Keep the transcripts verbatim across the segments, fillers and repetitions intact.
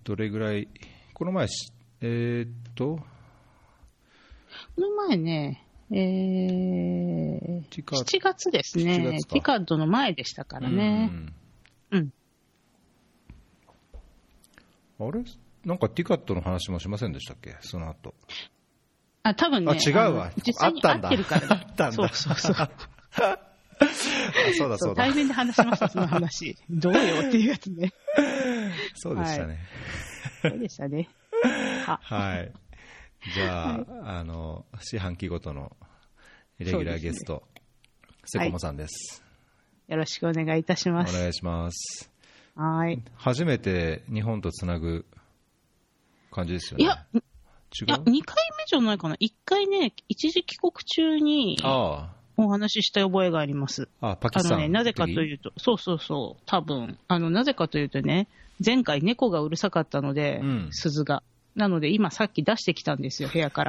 どれぐらい、この前、えー、っと、 この前ね、えー、しちがつですね。ティカッドの前でしたからね。うん。 うん、あれなんかティカッドの話もしませんでしたっけ、その後。 あ、多分ね。 あ、違うわ。 実際に会ってるから、ね、 あったんだ。 そうそうそう。 そうだそうだ。 対面で話しました、その話。どうよっていうやつね。 そうでしたね。 はい、そうでしたね。 は、はい。じゃあ、はい、あの、四半期ごとのレギュラーゲスト、セコモさんです、 はい。よろしくお願いいたします。 お願いします。 はい。 初めて日本とつなぐ感じですよね。 いや、違う。いや、にかいめじゃないかな。いっかいね、一時帰国中にお話しした覚えがあります。 ああ、パキスタン。 あのね、なぜかというと、そうそうそう、多分、あの、なぜかというとね、前回猫がうるさかったので、うん、鈴が。なので今さっき出してきたんですよ、部屋から。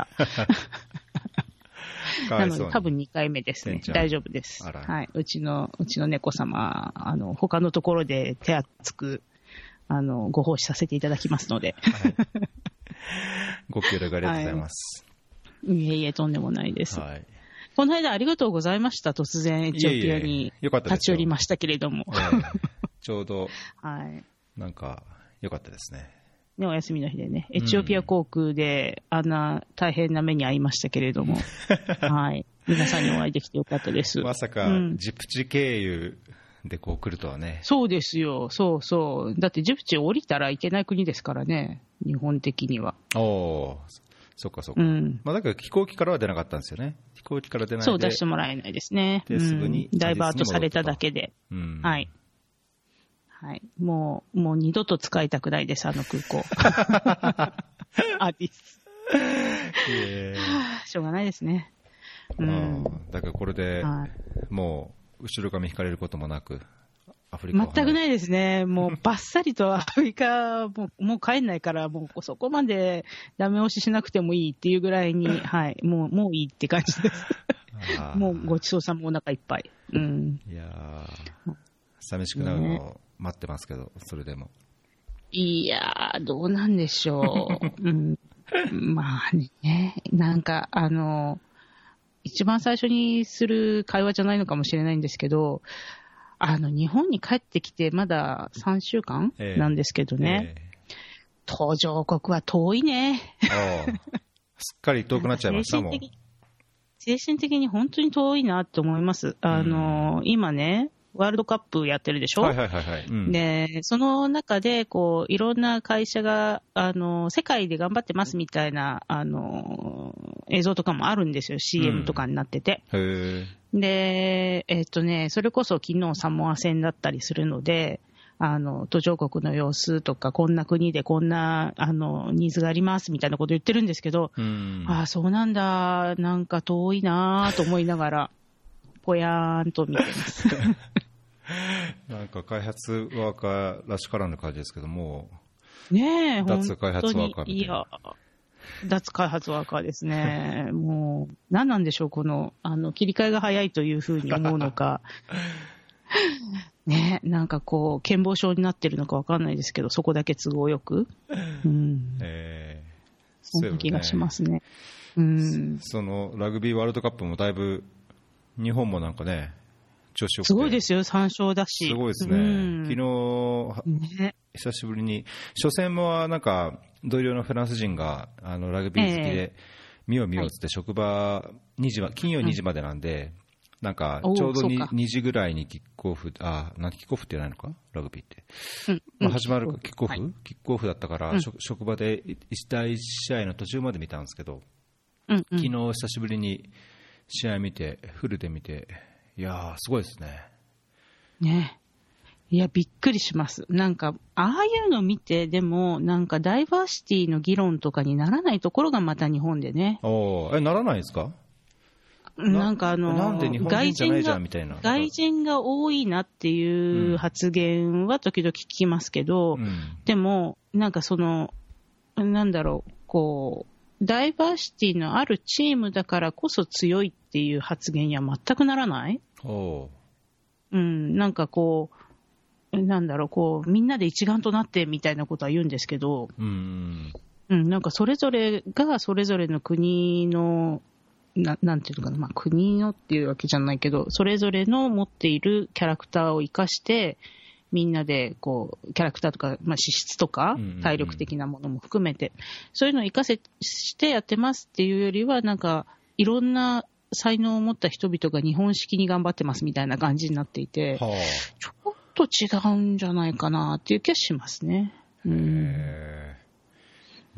なので多分にかいめですね。大丈夫です。はい。うちの、うちの猫様、あの、他のところで手厚く、あの、ご奉仕させていただきますので。はい、 ご協力ありがとうございます。 はい、いえいえ、とんでもないです。はい、この間ありがとうございました。突然エチオピアに立ち寄りましたけれども。 いえいえちょうど、はい。なんか、良かったですね。 ね、お休みの日でね、エチオピア航空であんな大変な目に遭いましたけれども、はい、皆さんにお会いできてよかったです。 まさか、うん、ジプチ経由でこう来るとはね。 そうですよ、そうそう。だってジプチ降りたらいけない国ですからね、日本的には。 おお、そっかそっか。うん、まあだから飛行機からは出なかったんですよね。飛行機から出ないで。 そう、出してもらえないですね。で、すぐに、うん、ダイバートされただけで。うん、はい。はい。もう、もう二度と使いたくないです、あの空港。アディス。しょうがないですね。 うん。だからこれで、はい、もう、後ろ髪引かれることもなく、アフリカを全くないですね。もう、バッサリとアフリカ、もう、もう帰んないから、もう、そこまでダメ押ししなくてもいいっていうぐらいに、はい。もう、もういいって感じです。もう、ごちそうさまお腹いっぱい。うん。 いやー、寂しくなるのを待ってますけど、ね、それでも。 いやー、どうなんでしょう。うん、まあね、なんか、あの、一番最初にする会話じゃないのかもしれないんですけど、あの、日本に帰ってきてまださんしゅうかんなんですけどね、えーえー、途上国は遠いね。 すっかり遠くなっちゃいましたもん。 精神的に本当に遠いなと思います。あの、うん、今ね、ワールドカップやってるでしょ。 はいはいはいはい。うん、 で、その中で、こう、いろんな会社が、あの、世界で頑張ってますみたいな、あの、映像とかもあるんですよ。シーエム とかになってて。 うん、へー。で、えっとね、それこそ昨日サモア戦だったりするので、あの、途上国の様子とか、こんな国でこんな、あの、ニーズがありますみたいなこと言ってるんですけど、うん、ああ、そうなんだ、なんか遠いなと思いながら、ぽやーんと見てます。 なんか開発ワーカーらしからぬ感じですけども、 ねえ、 脱開発ワーカーみたいな。いや、 脱開発ワーカーですね。もう、何なんでしょう、この、あの、切り替えが早いというふうに思うのか。ねえ、なんかこう、健忘症になってるのかわかんないですけど、そこだけ都合よく。うん。えー、そんな気がしますね。うん。 その、ラグビーワールドカップもだいぶ、日本もなんかね、調子よくてすごいですよ、さん勝だし。 すごいですね。うん、昨日、ね、久しぶりに、初戦もなんか、同僚のフランス人が、あの、ラグビー好きで、えー、見よう見ようって職場にじ、金曜にじまでなんで、うん、なんか、ちょうど 2, にじぐらいにキックオフ、あ、なんキックオフってないのかラグビーって。うんまあ、始まるか、キックオフ、はい、キックオフだったから、うん、職場でだいいち試合の途中まで見たんですけど、うんうん、昨日久しぶりに試合見て、フルで見て、いやー、すごいですね。 ね。いや、びっくりします。なんか、ああいうの見て、でも、なんか、ダイバーシティの議論とかにならないところがまた日本でね。 おー、え、ならないですか？ なんかあの、 なんで日本人じゃないじゃんみたいな。 外人が多いなっていう発言は時々聞きますけど、うん、でも、なんかその、なんだろう、こう、ダイバーシティのあるチームだからこそ強いっていう発言には全くならない？おう、うん、なんかこう、 なんだろう、こう、みんなで一丸となってみたいなことは言うんですけど、 うん、 うん、なんかそれぞれがそれぞれの国の、な, なんていうのかな、まあ、国のっていうわけじゃないけど、それぞれの持っているキャラクターを生かして、みんなでこうキャラクターとか、まあ、資質とか体力的なものも含めて、うんうんうん、そういうのを生かせしてやってますっていうよりは、なんかいろんな才能を持った人々が日本式に頑張ってますみたいな感じになっていて、はあ、ちょっと違うんじゃないかなっていう気がしますね。うん、 へー、うん、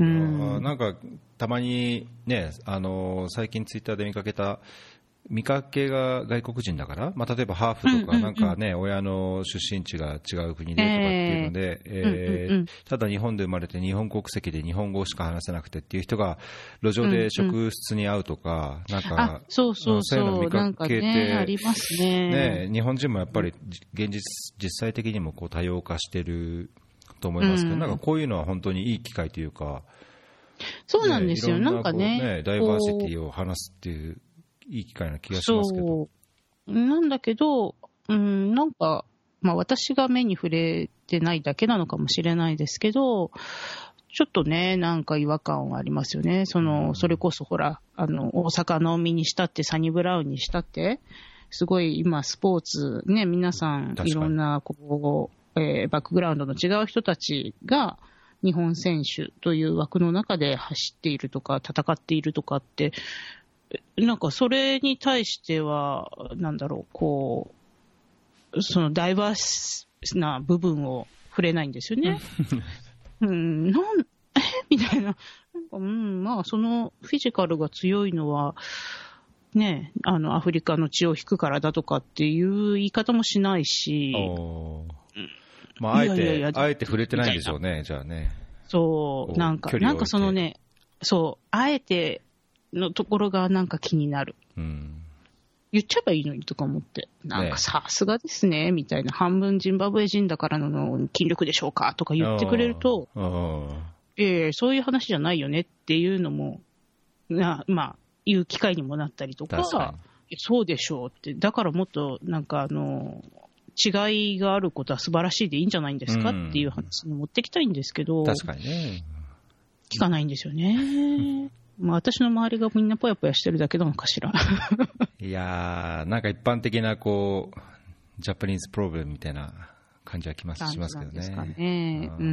なんかたまにね、あの最近ツイッターで見かけた、見かけが外国人だから、まあ、例えばハーフとか、なんかね、うんうんうん、親の出身地が違う国でとかっていうので、えーえーうんうん、ただ日本で生まれて日本国籍で日本語しか話せなくてっていう人が路上で職質に会うとか、うんうん、なんかそうそうそう、 そういうの見かけて、 ね、ありますね。 ね、日本人もやっぱり現実、実際的にもこう多様化してると思いますけど、うん、なんかこういうのは本当にいい機会というか、 そうなんですよ、ね、なんかね、 ダイバーシティを話すっていういい機会な気がしますけど。 そうなんだけど、うん、なんか、まあ私が目に触れてないだけなのかもしれないですけど、ちょっとね、なんか違和感はありますよね。その、それこそほら、あの、大阪の海にしたって、サニブラウンにしたって、すごい今スポーツ、ね、皆さんいろんな、こう、えー、バックグラウンドの違う人たちが、日本選手という枠の中で走っているとか、戦っているとかって、なんかそれに対しては、なんだろう、こう、そのダイバースな部分を触れないんですよね。うん、なん、えみたいな。なんか、うん、まあ、そのフィジカルが強いのは、ね、あの、アフリカの血を引くからだとかっていう言い方もしないし、 まあ、あえて、いやいやいや、あえて触れてないんでしょうね、じゃあね。 そう、なんか、なんかそのね、そう、あえて、のところがなんか気になる、うん、言っちゃえばいいのにとか思って、なんかさすがですねみたいな、半分ジンバブエ人だからの筋力でしょうかとか言ってくれると、えー、そういう話じゃないよねっていうのもな、まあ言う機会にもなったりとか、そうでしょうって、だからもっとなんかあの違いがあることは素晴らしいでいいんじゃないんですか、うん、っていう話に持ってきたいんですけど、 確かにね、 聞かないんですよね。まあ、私の周りがみんなぽやぽやしてるだけなのかしら。 いやー、なんか一般的なこうジャパニーズプロブレムみたいな感じはきますしますけどね。 ですかね。うん、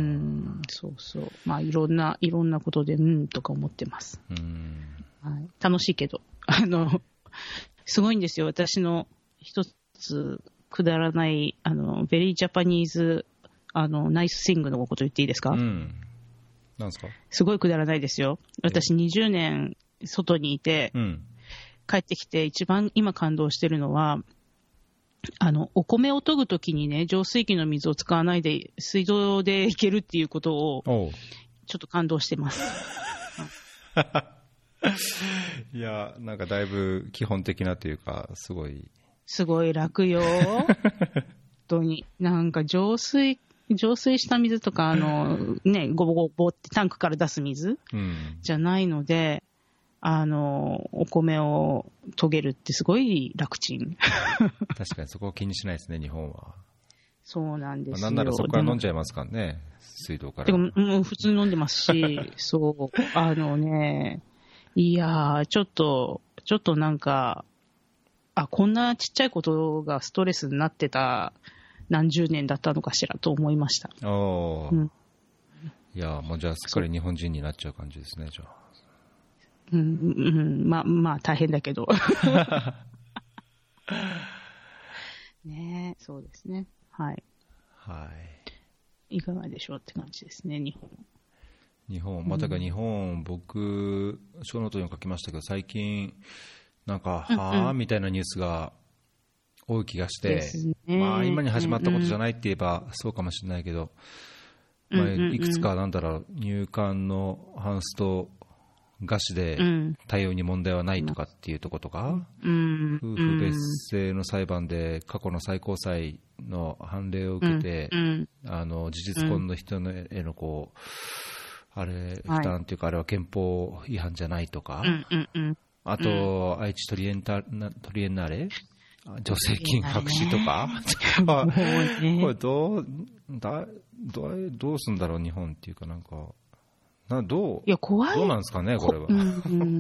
そうそう。まあいろんないろんなことでうんとか思ってます。うん、はい、楽しいけど、あのすごいんですよ。私の一つくだらないあのベリージャパニーズあのナイスシングのこと言っていいですか？うん、 なんですか？ すごいくだらないですよ。私にじゅうねん外にいて、うん、帰ってきて一番今感動してるのは、あのお米を研ぐときにね、浄水器の水を使わないで水道でいけるっていうことをちょっと感動してます。 いや、なんかだいぶ基本的なというか、すごいすごい楽よ。本当になんか浄水浄水した水とか、あの、ね、ゴボゴボってタンクから出す水、うん、じゃないので、あの、お米を研げるってすごい楽ちん。 確かにそこを気にしないですね、日本は。 そうなんですよ。 なんならそこから飲んじゃいますからね、水道から。 でも、もう普通に飲んでますし、そう、あのね、いやー、ちょっと、ちょっとなんか、あ、こんなちっちゃいことがストレスになってた、何十年だったのかしらと思いました。 お、うん、いや、もうじゃあすっかり日本人になっちゃう感じですね、じゃあ。 うん、うん、まあまあ大変だけど。ねえ、そうですね。はい。 はい。 いかがでしょうって感じですね、日本。 日本、またか日本、うん、僕、小ノートにも書きましたけど、最近、なんか、うんうん、はぁみたいなニュースが多い気がして、ね、まあ、今に始まったことじゃないって言えばそうかもしれないけど、うんうん、まあ、いくつかなんだろう、入管のハンスト餓死で対応に問題はないとかっていうところとか、うん、夫婦別姓の裁判で過去の最高裁の判例を受けて、うん、あの事実婚の人へのこうあれ負担っていうか、あれは憲法違反じゃないとか、うんうんうん、あと、うん、愛知トリエンタトリエンナーレ助成金白紙とか、もうね、これどうだどうどうすんだろう日本っていうか、なんかなどういや怖いどうなんですかねこれは。 うんうん、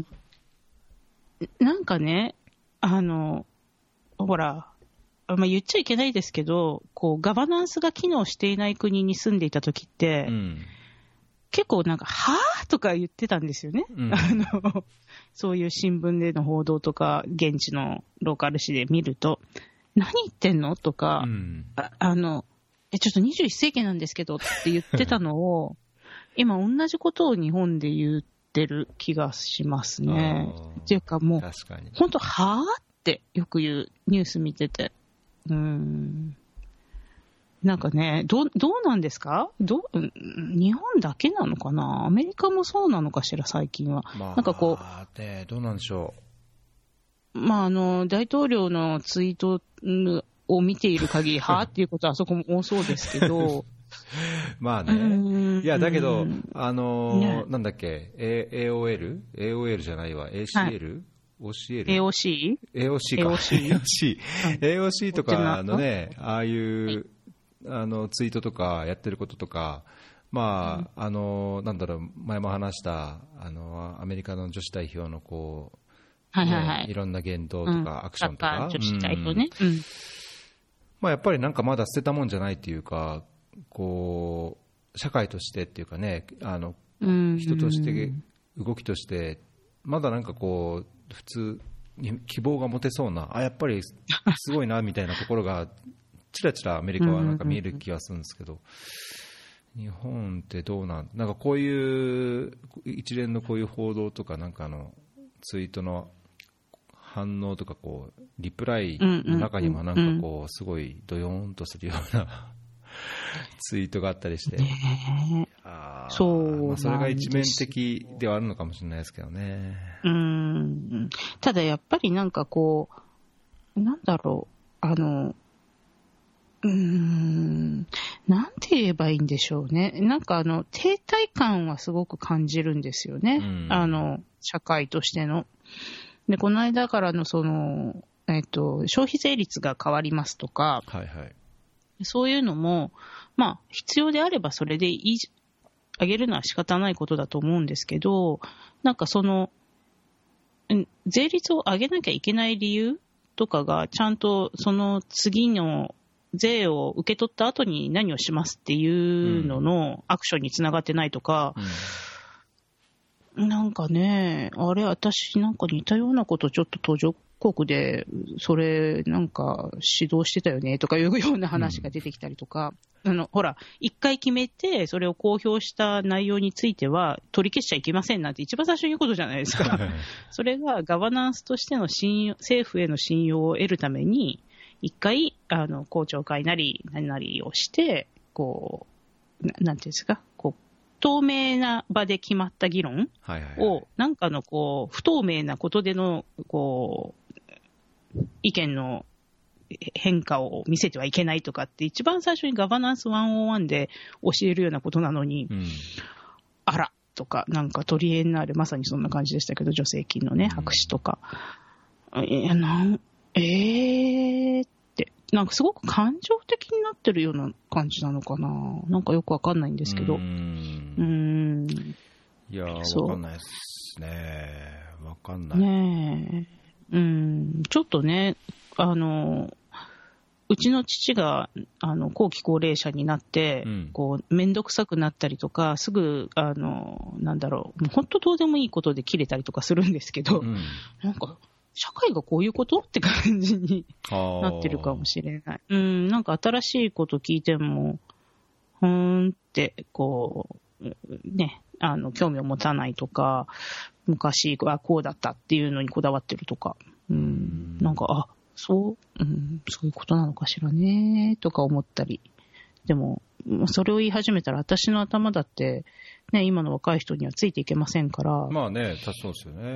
なんかね、あのほら、まあ、言っちゃいけないですけど、こうガバナンスが機能していない国に住んでいた時って、うん、結構なんかはぁとか言ってたんですよね、うん、あのそういう新聞での報道とか現地のローカル紙で見ると、何言ってんのとか、うん、あ, あのえちょっとにじゅういっ世紀なんですけどって言ってたのを今同じことを日本で言ってる気がしますね。っていうかもう本当はぁってよく言う、ニュース見てて、うーん、なんかね、ど, どうなんですかど、日本だけなのかな、アメリカもそうなのかしら、最近は。まあ、なんかこう、ね、どうなんでしょう。まあ、あの、大統領のツイートを見ている限り、はっていうことはあそこも多そうですけど。 まあね。いや、だけど、あのーね、なんだっけ、A、エーオーエル?エーオーエル じゃないわ、エーシーエル?、はいオーシーエル? エーオーシー? エーオーシー か。エーオーシー。エーオーシー とかのね、ああいう、はい、あのツイートとかやってることとか、まあ、うん、あのなんだろう、前も話したあのアメリカの女子代表のこう、 はいはいはい、 ね、いろんな言動とか、うん、アクションとか、 女子代表ね、うん、 まあ、やっぱりなんかまだ捨てたもんじゃないっていうか、こう社会としてっていうかね、あの、うん、人として動きとしてまだなんかこう普通に希望が持てそうな、あやっぱりすごいなみたいなところがちらちらアメリカはなんか見える気がするんですけど、日本ってどうなん、なんかこういう一連のこういう報道とか、なんかあのツイートの反応とか、こうリプライの中にもなんかこうすごいドヨーンとするようなツイートがあったりして、 ね、 あそう、 まあ、それが一面的ではあるのかもしれないですけどね。 うーん、ただやっぱりなんかこう、なんだろう、あのうーん、なんて言えばいいんでしょうね。なんかあの、停滞感はすごく感じるんですよね。あの、社会としての。で、この間からのその、えっと、消費税率が変わりますとか、 はいはい、 そういうのも、まあ、必要であればそれでいい、上げるのは仕方ないことだと思うんですけど、なんかその、税率を上げなきゃいけない理由とかが、ちゃんとその次の税を受け取った後に何をしますっていうののアクションにつながってないとか、うん、なんかね、あれ私なんか似たようなことちょっと途上国でそれなんか指導してたよねとかいうような話が出てきたりとか、うん、あのほら一回決めてそれを公表した内容については取り消しちゃいけませんなんて一番最初に言うことじゃないですかそれがガバナンスとしての信用、政府への信用を得るために一回あの公聴会なり何なりをしてこう な, なんていうんですか、こう透明な場で決まった議論を、はいはいはい、なんかのこう不透明なことでのこう意見の変化を見せてはいけないとかって一番最初にガバナンスひゃくいちで教えるようなことなのに、うん、あらとかなんかトリエンナーレまさにそんな感じでしたけど、助成金のね白紙とか、うん、えなんえーってなんかすごく感情的になってるような感じなのかな、なんかよくわかんないんですけど、うーん、うーん、 いやわかんないですね、わかんないねえ、うん、ちょっとね、あのうちの父があの後期高齢者になって、うん、こう面倒くさくなったりとか、すぐあのなんだろう、もう本当どうでもいいことで切れたりとかするんですけど、うん、なんか社会がこういうことって感じになってるかもしれない。うん、なんか新しいこと聞いても、ふーんってこうね、あの興味を持たないとか、昔はこうだったっていうのにこだわってるとか、うん、なんかあそう、うん、そういうことなのかしらねとか思ったり、でもそれを言い始めたら私の頭だってね、今の若い人にはついていけませんから。 まあね、そうですよね。 うん、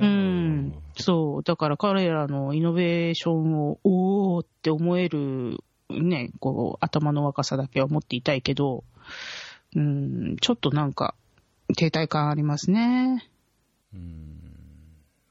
そうだから彼らのイノベーションをおーって思えるね、こう頭の若さだけは持っていたいけど、うん、ちょっとなんか停滞感ありますね。 うん、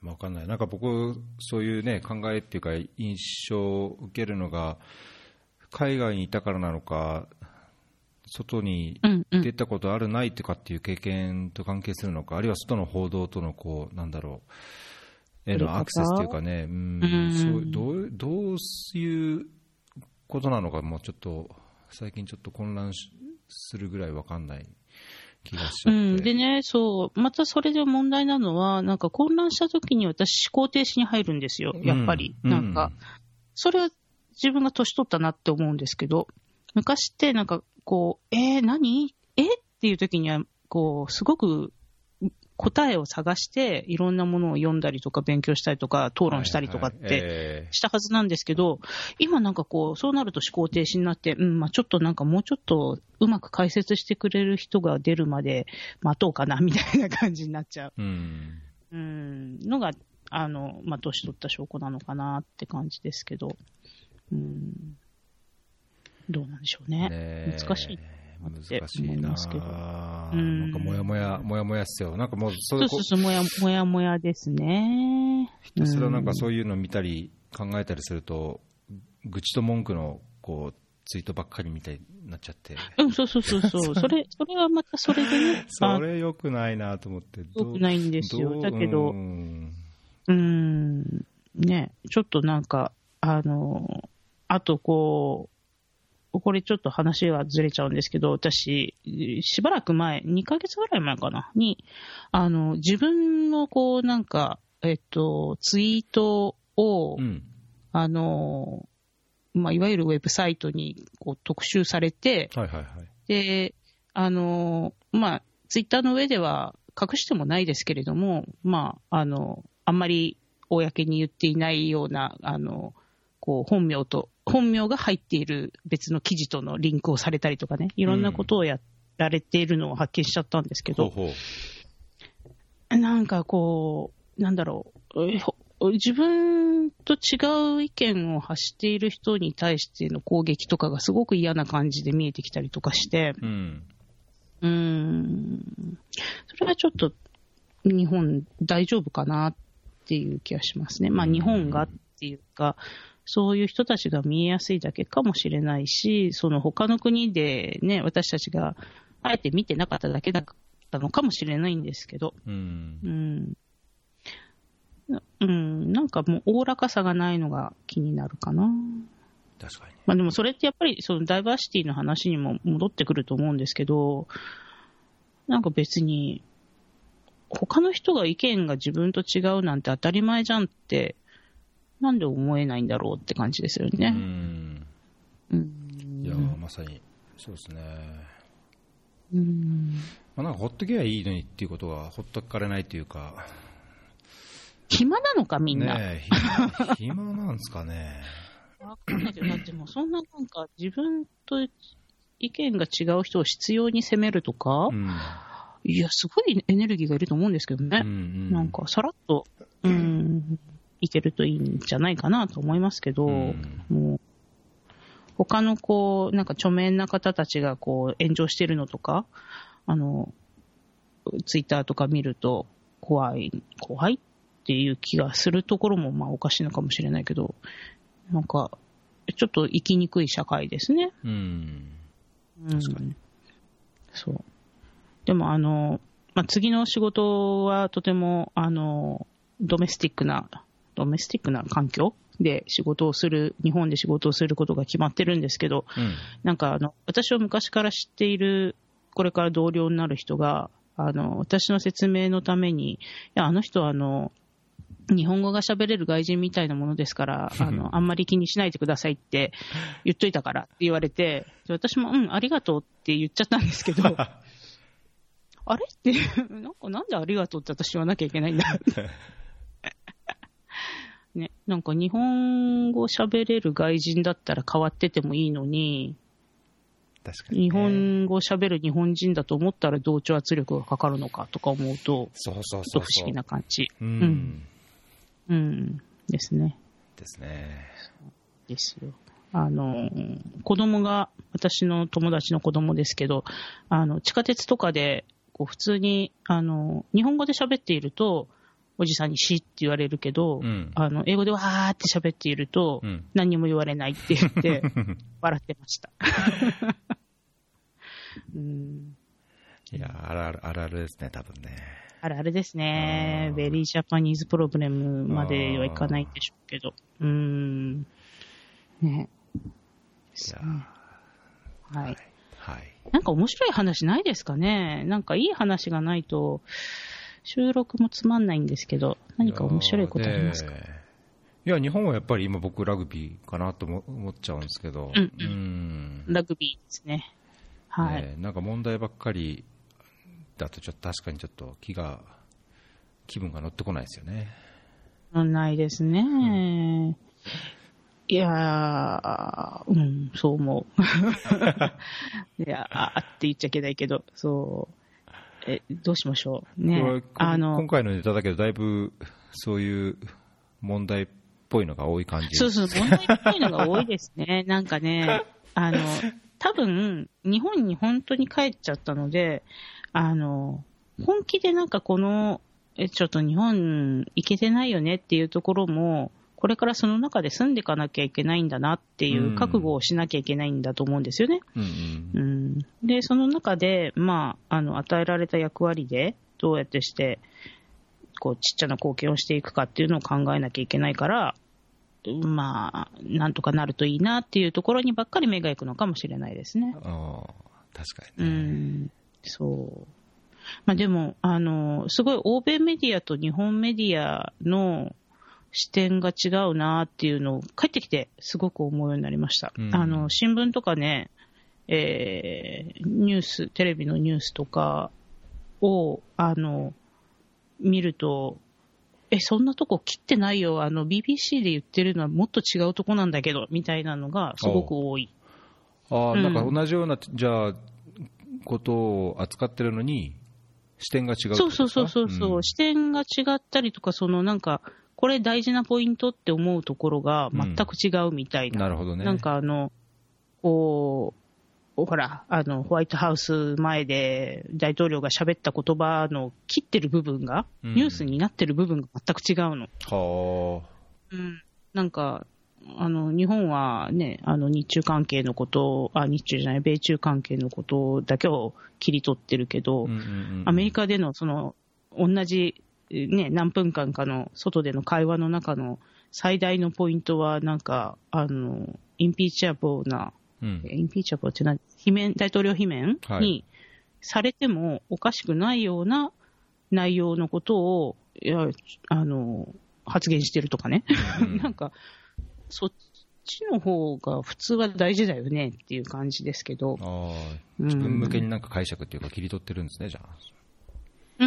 分かんない、なんか僕、そういうね、考えっていうか、印象を受けるのが、海外にいたからなのか、外に出たことあるないとかっていう経験と関係するのか、あるいは外の報道とのこう、なんだろう、へのアクセスというかね、うん、そうどう、どういうことなのか、もうちょっと、最近ちょっと混乱するぐらい分かんない気がしちゃって、うん、 でね、そう、またそれで問題なのは、なんか混乱したときに私、思考停止に入るんですよ、やっぱり。うん、なんか、それは自分が年取ったなって思うんですけど、昔って、なんかこう、えー、何えっていうときには、こう、すごく答えを探して、いろんなものを読んだりとか、勉強したりとか、討論したりとかってしたはずなんですけど、はいはいえー、今なんかこう、そうなると思考停止になって、うん、まあちょっとなんかもうちょっとうまく解説してくれる人が出るまで待とうかな、みたいな感じになっちゃう。うん。うんのが、あの、まあ年取った証拠なのかなって感じですけど、うん。どうなんでしょうね。ね難しい。 難しいなぁ。なんかもやもや、もやもやっすよ。なんかもうそそうそうそう、もやもやもやですね。 ひたすらなんかそういうの見たり考えたりすると、愚痴と文句のこうツイートばっかりみたいになっちゃって。 うん、そうそうそうそう。それ、それはまたそれでね。 それ良くないなと思って。 良くないんですよ。だけど、うーん、うーん、ね、ちょっとなんか、あの、あとこう、これちょっと話がずれちゃうんですけど、私、しばらく前、にかげつぐらい前かな、に、あの、自分のこう、なんか、えっと、ツイートを、うん、あの、まあ、いわゆるウェブサイトにこう特集されて、はいはいはい、で、あの、まあ、ツイッターの上では隠してもないですけれども、まあ、あの、あんまり公に言っていないような、あの、こう、本名と、本名が入っている別の記事とのリンクをされたりとかね、いろんなことをやられているのを発見しちゃったんですけど、うん、ほうほうなんかこう、なんだろう、自分と違う意見を発している人に対しての攻撃とかがすごく嫌な感じで見えてきたりとかして、うん、うーんそれはちょっと日本大丈夫かなっていう気がしますね。まあ日本がっていうか、そういう人たちが見えやすいだけかもしれないし、その他の国でね、私たちがあえて見てなかっただけだったのかもしれないんですけど、うん、うんうん、なんかもうおおらかさがないのが気になるかな。 確かに。 まあでもそれってやっぱりそのダイバーシティの話にも戻ってくると思うんですけど、なんか別に他の人が意見が自分と違うなんて当たり前じゃんってなんで思えないんだろうって感じですよね。うん。 うん、いやまさにそうですね。うん。まあ、なんかほっとけばいいのにっていうことがほっとかれないというか。 暇なのかみんな。 ねえ、暇なんですかね。 わかんないけどだってもうそんななんか自分と意見が違う人を執拗に責めるとか。うん、いやすごいエネルギーがいると思うんですけどね。うんうん、なんかさらっと。うん。いけるといいんじゃないかなと思いますけど、うん、もう他のこうなんか著名な方たちがこう炎上してるのとか、あのツイッターとか見ると怖い怖いっていう気がするところもまあおかしいのかもしれないけど、なんかちょっと生きにくい社会ですね。うん。確かに。そう。でもあのまあ次の仕事はとてもあのドメスティックなドメスティックな環境で仕事をする、日本で仕事をすることが決まってるんですけど、うん、なんかあの、私を昔から知っている、これから同僚になる人が、あの、私の説明のために、いや、あの人はあの、日本語が喋れる外人みたいなものですから、あの、あんまり気にしないでくださいって言っといたからって言われて、私も、うん、ありがとうって言っちゃったんですけど、あれって、なんかなんでありがとうって私言わなきゃいけないんだって。ね、なんか日本語喋れる外人だったら変わっててもいいのに、確かにね、日本語喋る日本人だと思ったら同調圧力がかかるのかとか思うと、そうそうそうそう、ちょっと不思議な感じ。うん。うん。うん、ですね。 ですね。 ですよ。あの、子供が、私の友達の子供ですけど、あの、地下鉄とかで、こう普通に、あの、日本語で喋っていると、 おじさんにしって言われるけど、 うん、 あの英語でわーって喋っていると、うん、何にも言われないって言って笑ってました、 うん、いやあるあるあるあるですね、多分ね。 あるあるですね。ベリージャパニーズプロブレムまではいかないんでしょうけど、うーんね。 いやはい、はいはい、 なんか面白い話ないですかね。なんかいい話がないと収録もつまんないんですけど、何か面白いことありますか？ いや、いや日本はやっぱり今僕ラグビーかなと思っちゃうんですけど、 うんうん、うんラグビーですね。はい、 ね、なんか問題ばっかりだとちょっと確かにちょっと気が気分が乗ってこないですよね。 ないですね。うんいやー、うん、そう思う。いや、あって言っちゃいけないけど、そう、え、どうしましょう。ね。 あの、今回のネタだけど、だいぶ、そういう問題っぽいのが多い感じ。 そうそう、問題っぽいのが多いですね。なんかね、あの、多分、日本に本当に帰っちゃったので、あの、本気でなんかこの、え、ちょっと日本行けてないよねっていうところも、これからその中で住んでいかなきゃいけないんだなっていう覚悟をしなきゃいけないんだと思うんですよね。 うんうん、で、その中で、まあ、あの、与えられた役割でどうやってして、こう、ちっちゃな貢献をしていくかっていうのを考えなきゃいけないから、まあ、なんとかなるといいなっていうところにばっかり目が行くのかもしれないですね。 ああ、確かにね。 うん、そう。まあでも、あの、すごい欧米メディアと日本メディアの視点が違うなっていうのを帰ってきてすごく思うようになりました。うん、あの新聞とかね、えー、ニュース、テレビのニュースとかをあの見ると、え、そんなとこ切ってないよ、あの ビービーシー で言ってるのはもっと違うとこなんだけどみたいなのがすごく多い。 あ、うん、なんか同じようなじゃあことを扱ってるのに視点が違う。 そうそうそうそうそう、うん、視点が違ったりとか、そのなんかこれ大事なポイントって思うところが全く違うみたいな。 うん、なるほどね。 なんかあの、こう、ほら、あの、ホワイトハウス前で大統領が喋った言葉の切ってる部分が、うん、ニュースになってる部分が全く違うの。 はあ。うん。なんか、あの、日本はね、あの、日中関係のことを、あ、日中じゃない、米中関係のことだけを切り取ってるけど、うんうんうん、アメリカでのその、同じ、ね、何分間かの外での会話の中の最大のポイントは、なんか、あの、インピーチャブルな、うん、インピーチャブルって何、罷免、大統領罷免にされてもおかしくないような内容のことを、いや、あの、発言してるとかね。うん、なんか、そっちの方が普通は大事だよねっていう感じですけど。 あ、自分向けになんか解釈っていうか切り取ってるんですね、じゃあ。 うん、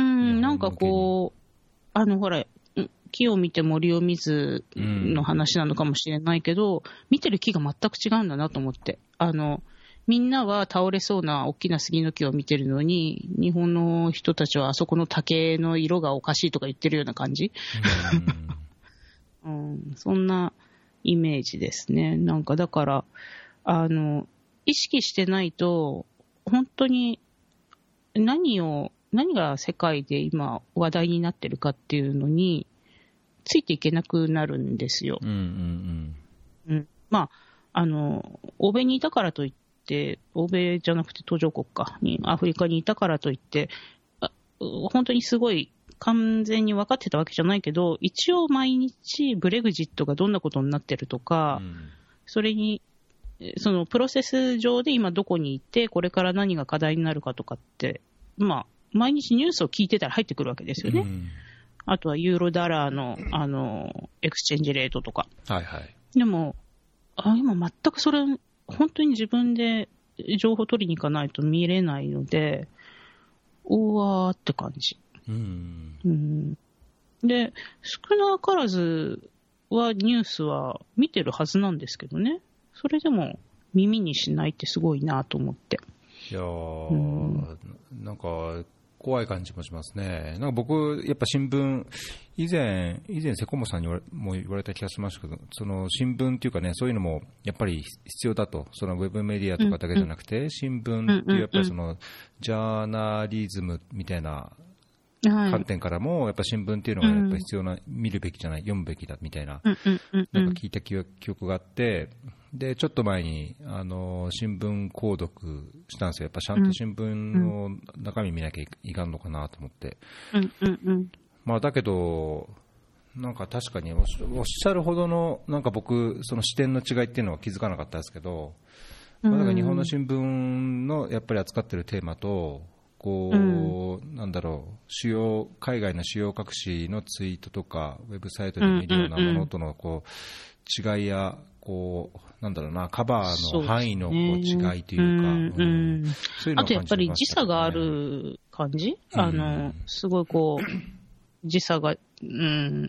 なんかこう、あの、ほら、木を見て森を見ずの話なのかもしれないけど、うん、見てる木が全く違うんだなと思って。あの、みんなは倒れそうな大きな杉の木を見てるのに、日本の人たちはあそこの竹の色がおかしいとか言ってるような感じ。うん、うん、そんなイメージですね。なんかだから、あの、意識してないと、本当に何を、何が世界で今話題になってるかっていうのについていけなくなるんですよ。 うんうんうんうん、まあ、あの、欧米にいたからといって、欧米じゃなくて途上国かに、アフリカにいたからといって、本当にすごい完全に分かってたわけじゃないけど、一応毎日ブレグジットがどんなことになってるとか、うん、それに、そのプロセス上で今どこにいて、これから何が課題になるかとかって、まあ、毎日ニュースを聞いてたら入ってくるわけですよね。うん、あとはユーロダラーの、あの、エクスチェンジレートとか。 はいはい。 でも、あ、今全くそれ、本当に自分で情報取りに行かないと見れないので、うわーって感じ。 うん。 うん、で、少なからずはニュースは見てるはずなんですけどね。それでも耳にしないってすごいなと思って。 いやー、うん、なんか、怖い感じもしますね。なんか僕、やっぱ新聞、以前、以前、セコモさんにも言われた気がしましたけど、その新聞っていうかね、そういうのもやっぱり必要だと、そのウェブメディアとかだけじゃなくて、うんうん、新聞っていうやっぱりそのジャーナリズムみたいな観点からも、やっぱ新聞っていうのがやっぱ必要な、うん、見るべきじゃない、読むべきだみたいな、うんうんうんうん、なんか聞いた記憶があって、でちょっと前にあの新聞購読したんですよ。やっぱちゃんと新聞の中身見なきゃいかんのかなと思って、うんうんうん、まあ、だけどなんか確かにおっしゃるほどのなんか僕その視点の違いっていうのは気づかなかったですけど、まあ、だから日本の新聞のやっぱり扱ってるテーマとこう、うん、なんだろう、主要海外の主要各紙のツイートとかウェブサイトで見るようなものとのこう違いやこうなんだろうな、カバーの範囲のこう違いというか、 あとやっぱり時差がある感じ、うん、あのすごいこう時差が、うん、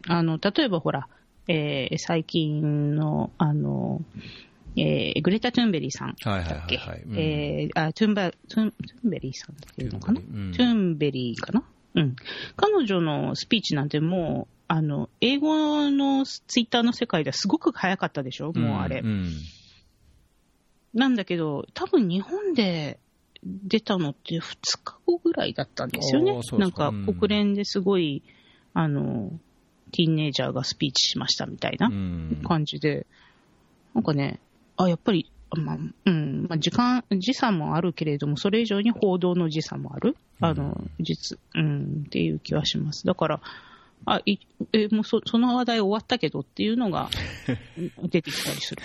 あの例えばほら、えー、最近のあのえー、グレタ・トゥンベリーさんだっけ、トゥンベリーさんっていうのかな、うん、トゥンベリーかな、うん、彼女のスピーチなんてもうあの英語のツイッターの世界ではすごく早かったでしょ、もうあれ、うんうん、なんだけど多分日本で出たのってふつかごぐらいだったんですよね。なんか国連ですごいあのティーンエイジャーがスピーチしましたみたいな感じで、うん、なんかね、あ、やっぱり、まあ、うん、まあ、時間、時差もあるけれども、それ以上に報道の時差もある、あの、実、うん、っていう気はします。だから、あ、い、え、もうそ、その話題終わったけどっていうのが出てきたりする。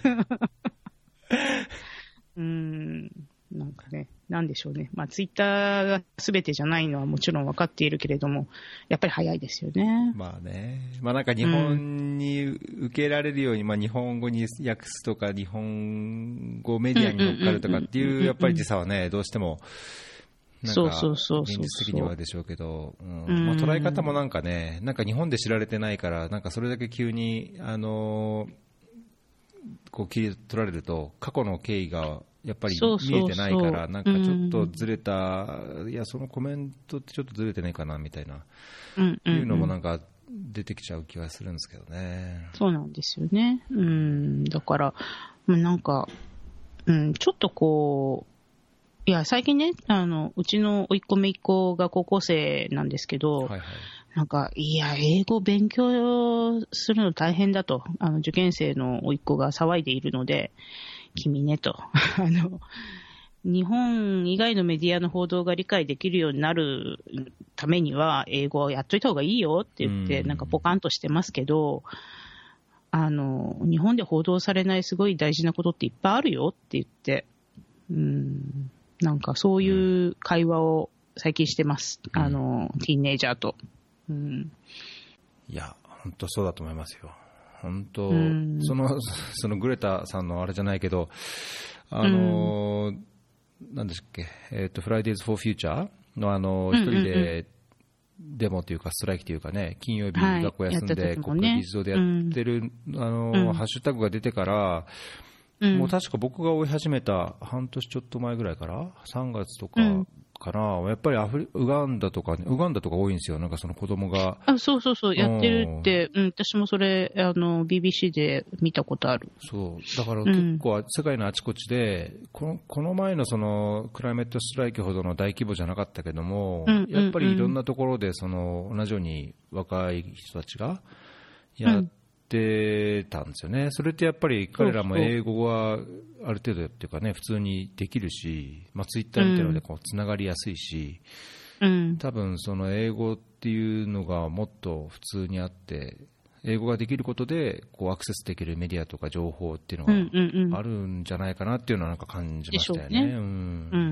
うん、なんかね、なんでしょうね。まあ、ツイッターが全てじゃないのはもちろん分かっているけれども、やっぱり早いですよね。 まあね。まあなんか日本に受けられるように、うん、まあ日本語に訳すとか、日本語メディアに乗っかるとかっていう、やっぱり時差はね、どうしても、なんか現実的にはでしょうけど、まあ捉え方もなんかね、なんか日本で知られてないから、なんかそれだけ急に、あのー、こう切り取られると、過去の経緯が、やっぱり見えてないから、なんかちょっとずれた、いや、そのコメントってちょっとずれてないかなみたいな、いうのもなんか出てきちゃう気はするんですけどね。 そうなんですよね。うん、だから、なんか、うん、ちょっとこう、いや、最近ね、あの、うちの甥っ子姪っ子が高校生なんですけど、はいはい、なんか、いや、英語勉強するの大変だと、あの受験生の甥っ子が騒いでいるので、君ねとあの日本以外のメディアの報道が理解できるようになるためには英語をやっといた方がいいよって言ってなんかポカンとしてますけど、あの日本で報道されないすごい大事なことっていっぱいあるよって言って、うん、なんかそういう会話を最近してます、あのティーンエイジャーと、うん、 いや本当そうだと思いますよ。本当、うん、そのそのグレタさんのあれじゃないけど、あの、うん、なんですっけ、えっとフライデーズフォーフューチャーのあの一人でデモというかストライキというかね、金曜日学校休んで国会議事堂でやってる、うん、あの、うん、ハッシュタグが出てから。うん、もう確か僕が追い始めた半年ちょっと前ぐらいからさんがつとかかな、うん、やっぱりアフリウガンダとか、ね、ウガンダとか多いんですよ。なんかその子供があそうそうそうやってるって、うん、私もそれあの ビービーシー で見たことある。 そうだから結構世界のあちこちで、うん、このこの前のそのクライメットストライキほどの大規模じゃなかったけども、うんうんうん、やっぱりいろんなところでその同じように若い人たちがやって出たんですよね。それってやっぱり彼らも英語はある程度っていうかね、普通にできるし、まあ、ツイッターみたいなのでこうつながりやすいし、うん、多分その英語っていうのがもっと普通にあって、英語ができることでこうアクセスできるメディアとか情報っていうのがあるんじゃないかなっていうのはなんか感じましたよね。うん、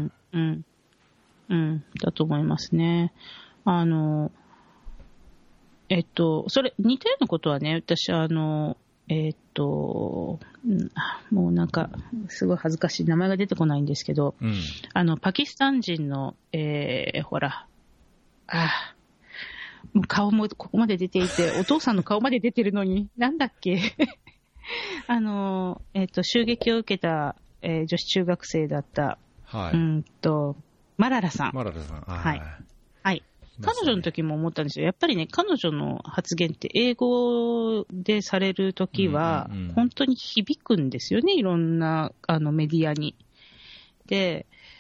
うん、うん、だと思いますね。あのえっと、それ、似たようなことはね、私、あの、えっと、もうなんか、すごい恥ずかしい、名前が出てこないんですけど、うん、あの、パキスタン人の、えー、ほら、あもう顔もここまで出ていて、お父さんの顔まで出てるのに、なんだっけあの、えっと、襲撃を受けた、えー、女子中学生だった、はい、うんと、マララさん。 マララさん。 はい。はい。彼女の時も思ったんですよ。やっぱりね、彼女の発言って英語でされる時は本当に響くんですよね、いろんなあのメディアに。で、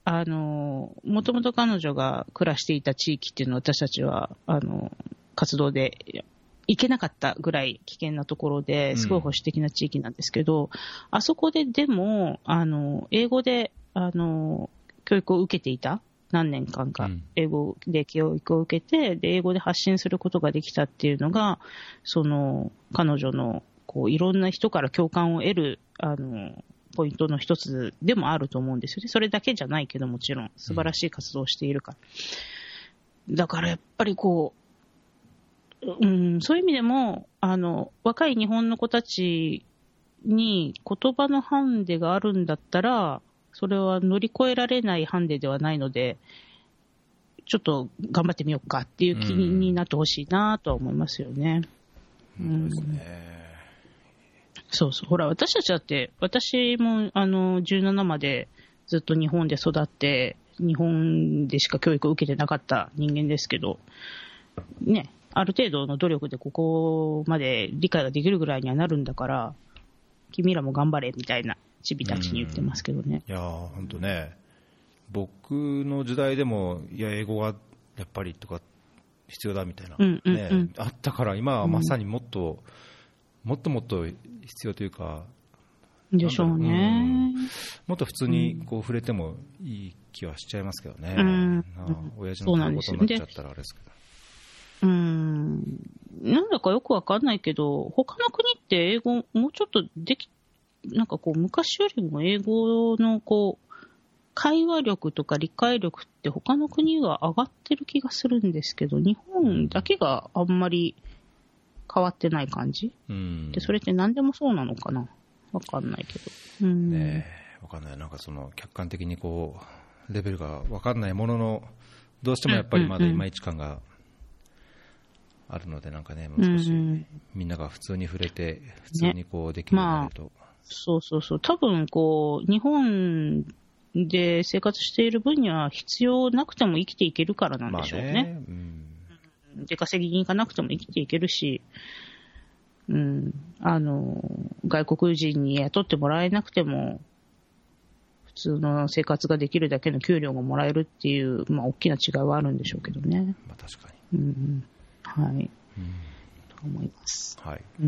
あの、もともと彼女が暮らしていた地域っていうのは私たちは、あの、活動で行けなかったぐらい危険なところで、すごい保守的な地域なんですけど、うん、あそこででも、あの、英語で、あの、教育を受けていた。何年間か英語で教育を受けて、で、英語で発信することができたっていうのが、その、彼女の、こう、いろんな人から共感を得る、あの、ポイントの一つでもあると思うんですよね。それだけじゃないけど、もちろん、素晴らしい活動をしているから。うん、だからやっぱりこう、うん、そういう意味でも、あの、若い日本の子たちに言葉のハンデがあるんだったら、それは乗り越えられないハンデではないので、ちょっと頑張ってみようかっていう気になってほしいなとは思いますよね。うん、そうですね。そうそう。ほら、私たちだって、私もあのじゅうななまでずっと日本で育って、日本でしか教育を受けてなかった人間ですけど、ね、ある程度の努力でここまで理解ができるぐらいにはなるんだから、君らも頑張れみたいな。チビたちに言ってますけどね。 いやー、本当ね、僕の時代でも、いや、英語がやっぱりとか必要だみたいな、うんうんうんね、あったから、今はまさにもっと、うん、もっともっと必要というか、 でしょうね、 うん、もっと普通にこう触れてもいい気はしちゃいますけどね、うん、親父の言うことになっちゃったらあれですけど。 うーん、なんだかよくわかんないけど、他の国って英語もうちょっとできなんかこう昔よりも英語のこう会話力とか理解力って他の国は上がってる気がするんですけど、日本だけがあんまり変わってない感じ、うん、でそれって何でもそうなのかな、わかんないけど、うん、 ねえ、わかんない。なんかその客観的にこうレベルがわかんないものの、どうしてもやっぱりまだいまいち感があるので、なんかね、もう少しみんなが普通に触れて普通にこうできるようになると、ね、まあそうそうそう。多分、こう、日本で生活している分には必要なくても生きていけるからなんでしょうね。まあね、うん、出稼ぎに行かなくても生きていけるし、うん、あの、外国人に雇ってもらえなくても、普通の生活ができるだけの給料がもらえるっていう、まあ、大きな違いはあるんでしょうけどね。 まあ、確かに。うん、 はい。うん、と思います。 はい。 うん、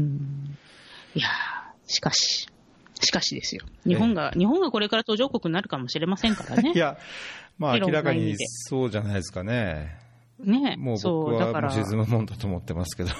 いやー、しかし、しかしですよ。日本が、日本がこれから途上国になるかもしれませんからね。 いや、まあ明らかにそうじゃないですかね。 ね、 もう僕はもう沈むもんだと思ってますけど。い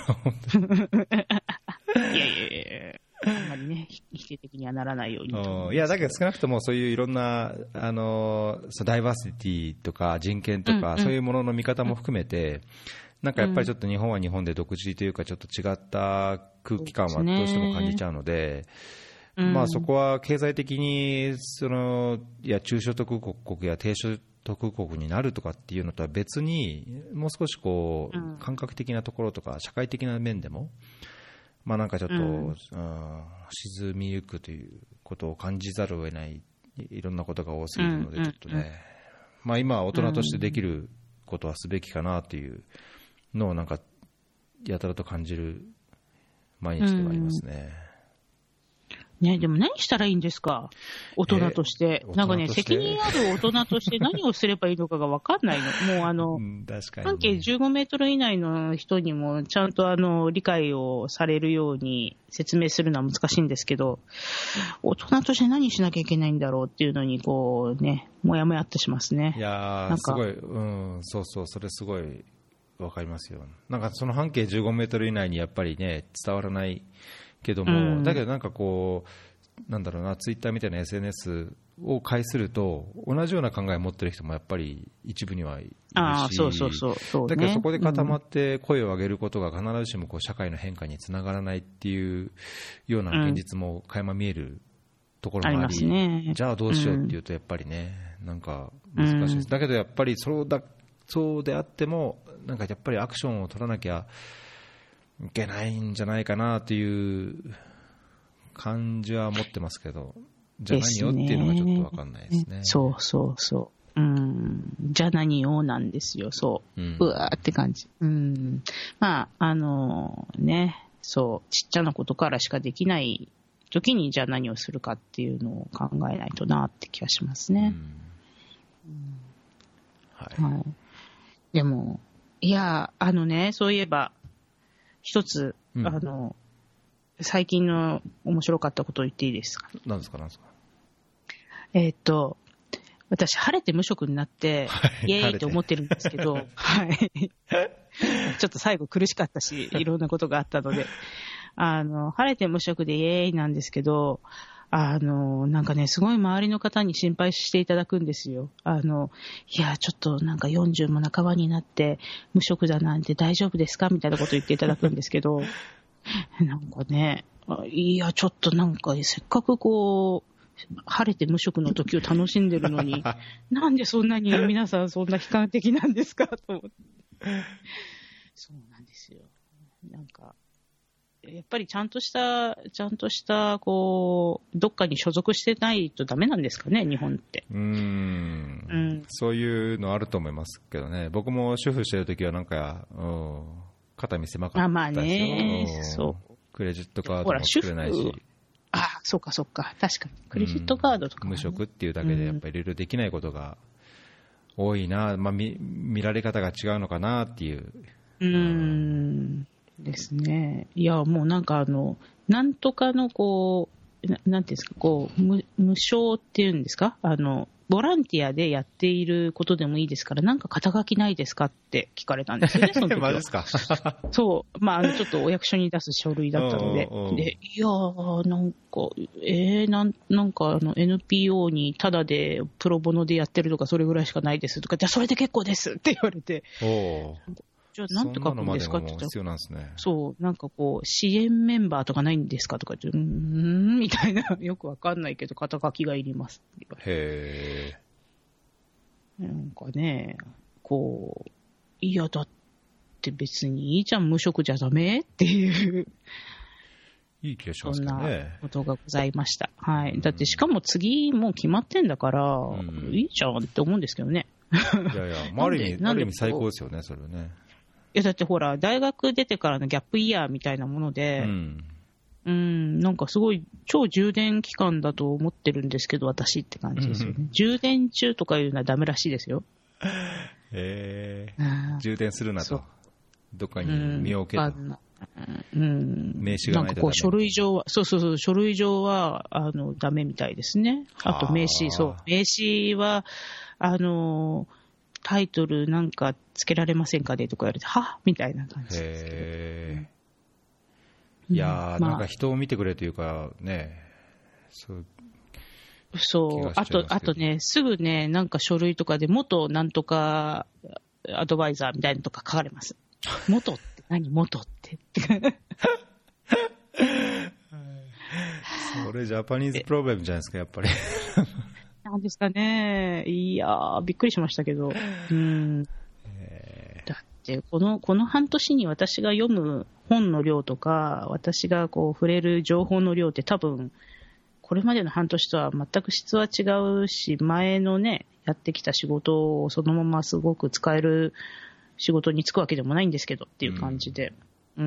やいやいや、あんまりね、否定的にはならないように。 いや、だけど少なくともそういういろんな、あの、ダイバーシティとか人権とか、うんうん、そういうものの見方も含めて、なんかやっぱりちょっと日本は日本で独自というか、ちょっと違った空気感はどうしても感じちゃうので、まあ、そこは経済的にそのいや中所得国や低所得国になるとかっていうのとは別に、もう少しこう感覚的なところとか社会的な面でも、まあなんかちょっと、うん、沈みゆくということを感じざるを得ない、いろんなことが多すぎるので、ちょっとね、まあ今大人としてできることはすべきかなというのをなんかやたらと感じる毎日ではありますね。 ね、でも何したらいいんですか、大人として。えー、なんかね、責任ある大人として何をすればいいのかが分かんないの。もうあの、うん、確かにね、半径じゅうごメートル以内の人にもちゃんとあの理解をされるように説明するのは難しいんですけど、大人として何しなきゃいけないんだろうっていうのに、こうね、もやもやっとしますね。 いやー、すごい、うん、そうそう、それすごい分かりますよ。なんかその半径じゅうごメートル以内にやっぱりね、伝わらないけども、うん、だけどなんかこうなんだろうな、ツイッターみたいな エスエヌエス を介すると同じような考えを持ってる人もやっぱり一部にはいるし、 あそうそうそうそう、ね、 だけどそこで固まって声を上げることが必ずしもこう社会の変化につながらないっていうような現実も垣間見えるところもあり、うん、ありますね、じゃあどうしようっていうとやっぱりね、なんか難しいです、うん、だけどやっぱりそうだ、そうであってもなんかやっぱりアクションを取らなきゃいけないんじゃないかなという感じは持ってますけど、じゃあ何よっていうのがちょっと分かんないですね。 そうそうそう、うん、じゃあ何よなんですよ、そう、うん、うわーって感じ、うん、まああのね、そうちっちゃなことからしかできない時にじゃあ何をするかっていうのを考えないとなって気がしますね。うんはいはい、でも、いや、あのね、そういえば、一つ、うん、あの、最近の面白かったことを言っていいですか？ 何ですか、何ですか？ えー、っと、私、晴れて無職になって、はい、イエーイと思ってるんですけど、はい。ちょっと最後苦しかったし、いろんなことがあったので、あの、晴れて無職でイエーイなんですけど、あの、なんかね、すごい周りの方に心配していただくんですよ。あの、いや、ちょっとなんかよんじゅうも半ばになって無職だなんて大丈夫ですかみたいなこと言っていただくんですけど、なんかね、いや、ちょっとなんかせっかくこう、晴れて無職の時を楽しんでるのに、なんでそんなに皆さんそんな悲観的なんですかと思って。そうなんですよ。なんか、やっぱりちゃんとした、ちゃんとした、こう、どっかに所属してないとダメなんですかね、日本って。 うーん、うん、そういうのあると思いますけどね。僕も主婦してるときはなんか、うん、肩身狭かったですよ。 あ、まあね、そう。 クレジットカードも作れないし。 ああ、そうかそうか。確かに。クレジットカードとか、ね、 うん、無職っていうだけでやっぱりいろいろできないことが多いな、まあ、見, 見られ方が違うのかなっていう。 うーんですね。いや、もうなんかあの、なんとかのこう、ななんていうんですか、こう、無、無償っていうんですか、あの、ボランティアでやっていることでもいいですから、なんか肩書きないですかって聞かれたんですよね、その時は。 マジですか？ そう。まあ、あの、ちょっとお役所に出す書類だったので。おうおうで、いやー、なんか、えー、なん、なんか、あの、エヌピーオー にタダでプロボノでやってるとか、それぐらいしかないですとか、じゃあそれで結構ですって言われて。 おじゃあ、なんて書くんですかって言ったら、 必要なんですね。 そう、なんかこう、支援メンバーとかないんですかとか言って、うーん、みたいな、よくわかんないけど、肩書きがいりますって言われて。 へー。 なんかね、こう、いや、だって別にいいじゃん、無職じゃダメっていう。 いい気がしますけどね。 そんなことがございました。はい。だってしかも次もう決まってんだから、うん、いいじゃんって思うんですけどね。 いやいや、まあ、ある意味、ある意味最高ですよね、それはね。 いや、だってほら、大学出てからのギャップイヤーみたいなもので、うん、うん、なんかすごい超充電期間だと思ってるんですけど、私って感じですよね。うん、充電中とかいうのはダメらしいですよ。 へー。充電するなと。どっかに身を置けと。 うん、 名刺がないとダメ。 なんかこう書類上は、そうそうそう、書類上は、あの、ダメみたいですね。あと名刺、そう。名刺は、あの、タイトルなんかつけられませんかねとか言われて、はみたいな感じですけど。 へー。いやー、まあ、なんか人を見てくれというか、ね、そう。 そう。あと、あとね、すぐね、なんか書類とかで、元なんとかアドバイザーみたいなのとか書かれます。元って何元って。 それジャパニーズプロブレムじゃないですか、やっぱり。 なんですかね。いやー、びっくりしましたけど。うん。だって、この、この半年に私が読む本の量とか、私がこう触れる情報の量って多分、これまでの半年とは全く質は違うし、前のね、やってきた仕事をそのまますごく使える仕事に就くわけでもないんですけどっていう感じで。うん。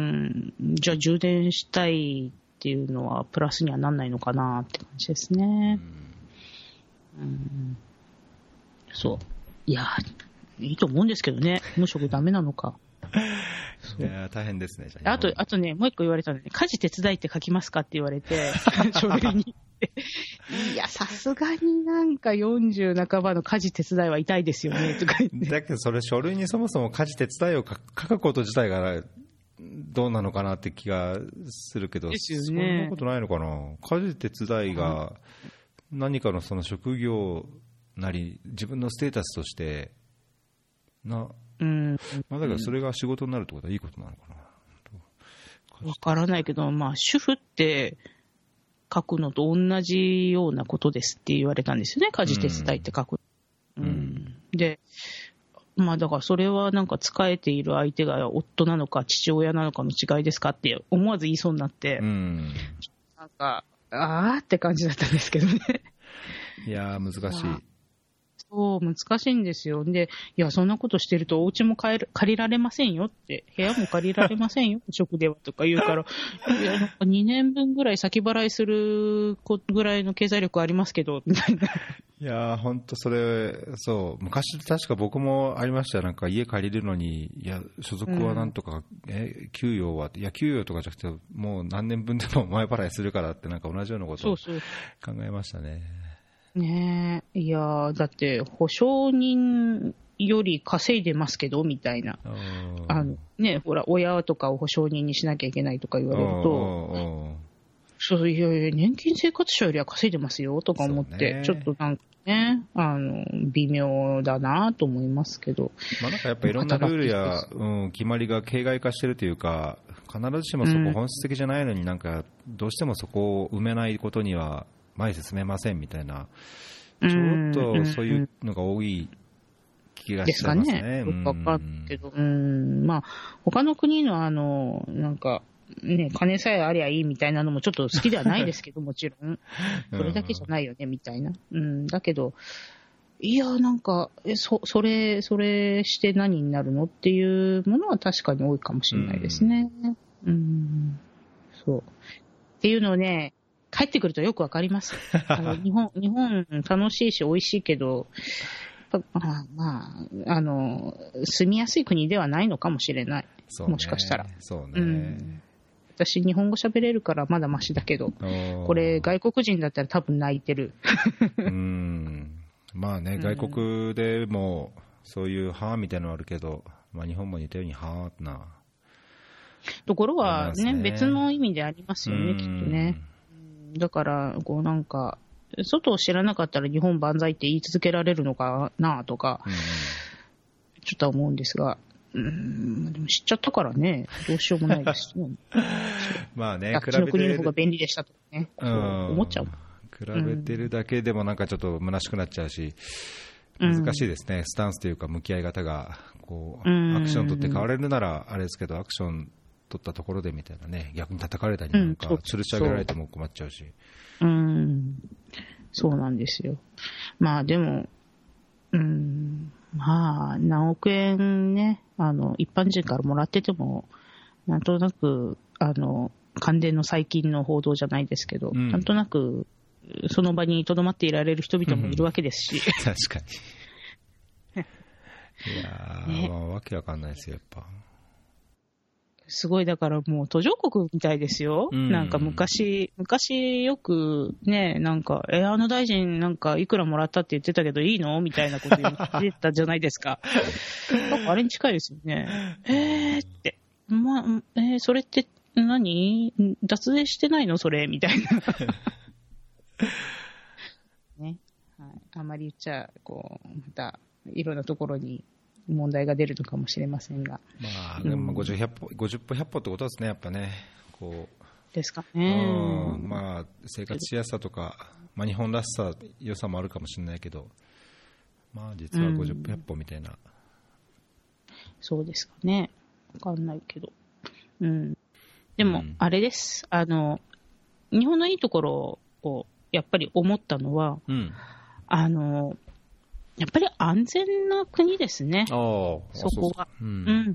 うん、じゃあ充電したいっていうのはプラスにはなんないのかなって感じですね。うんうん、そう。いや、いいと思うんですけどね。無職ダメなのか。 いや大変ですね。 じゃあ、あと、あとね、もう一個言われたのね、家事手伝いって書きますかって言われて、書類に。いや、さすがになんかよんじゅう半ばの家事手伝いは痛いですよね、とか言って。 だけど、それ書類にそもそも家事手伝いを書くこと自体がどうなのかなって気がするけど、 ですよね、 そんなことないのかな。家事手伝いが何かのその職業なり、自分のステータスとして、な、 うん、 まあ、だからそれが仕事になるってことはいいことなのかな。 わからないけど、まあ、主婦って書くのと同じようなことですって言われたんですよね、家事手伝いって書く。うんうん、で、まあだからそれはなんか仕えている相手が夫なのか父親なのかの違いですかって思わず言いそうになって、うん、なんか、あーって感じだったんですけどね。 いやー難しい。 そう、難しいんですよ。で、いや、そんなことしてるとお家も借り借りられませんよって、部屋も借りられませんよ、職ではとか言うから、いや、なんかにねんぶんぐらい先払いするぐらいの経済力ありますけど、みたいな。 いやー、ほんとそれ、そう、昔確か僕もありましたよ。なんか家借りるのに、いや、所属はなんとか、うん、え、給与は、いや、給与とかじゃなくて、もう何年分でも前払いするからって、なんか同じようなことを考えましたね。そうそうねえ、いやだって保証人より稼いでますけどみたいな、あのね、ほら親とかを保証人にしなきゃいけないとか言われると、そういやいや年金生活者よりは稼いでますよとか思って、ちょっとなんかね、あの微妙だなと思いますけど、 まあ、なんかやっぱいろんなルールや、うん、決まりが形骸化してるというか、必ずしもそこ本質的じゃないのに、なんかどうしてもそこを埋めないことには前に進めませんみたいな、ちょっとそういうのが多い気がしますね。ですかね。 よくわかるけど、うん、まあ他の国のあのなんかね金さえありゃいいみたいなのもちょっと好きではないですけどもちろんこれだけじゃないよねみたいな、うん、だけどいやなんかえそそれそれして何になるのっていうものは確かに多いかもしれないですね。うん、うんそうっていうのをね。帰ってくるとよくわかります。あの日本、日本楽しいし美味しいけど、まあ、まあ、あの、住みやすい国ではないのかもしれない。ね、もしかしたら。 そうね。 うん、私、日本語喋れるからまだマシだけど、これ外国人だったら多分泣いてる。 うん。まあね、外国でもそういうはぁみたいなのあるけど、まあ日本も似たようにはぁな。 ところはね、ね別の意味でありますよね、きっとね。だから、こうなんか、外を知らなかったら日本万歳って言い続けられるのかなとか、うん、ちょっと思うんですが、うん、でも知っちゃったからね、どうしようもないですね。 まあね、 あっちの国の方が便利でしたとかね、うん、思っちゃう。 比べてるだけでもなんかちょっと虚しくなっちゃうし、難しいですね、うん、スタンスというか向き合い方が、こう、アクション取って変われるならあれですけど、アクション取ったところでみたいなね、逆に叩かれたりなんか、吊るし上げられても困っちゃうし。 うん、そうなんですよ。まあでも、うん、まあ何億円ね、あの一般人からもらってても、なんとなくあの関連の最近の報道じゃないですけど、うん、なんとなくその場に留まっていられる人々もいるわけですし。 うん、確かに。いやー、ね、まあ、わけわかんないですよやっぱ。 すごい、だからもう途上国みたいですよ。うん、なんか昔、昔よくね、なんか、え、あの大臣なんかいくらもらったって言ってたけどいいのみたいなこと言ってたじゃないですか。なんかあれに近いですよね。えーって。まあ、えー、それって何脱税してないのそれみたいな。ね。はい。あまり言っちゃ、こう、また、いろんなところに、問題が出るのかもしれませんが、 まあ、でもごじゅう、ひゃっぽ、ごじゅっぽ、ひゃっぽってことですね、やっぱね、こうですかね、 うん、まあ、生活しやすさとか、まあ、日本らしさ、良さもあるかもしれないけど、まあ、実はごじゅっぽ、ひゃっぽみたいな、うん、 そうですかね、わかんないけど、うん、でも、あれです、あの、日本のいいところをやっぱり思ったのは、うん、あの、やっぱり安全な国ですね、そこが。うんうん、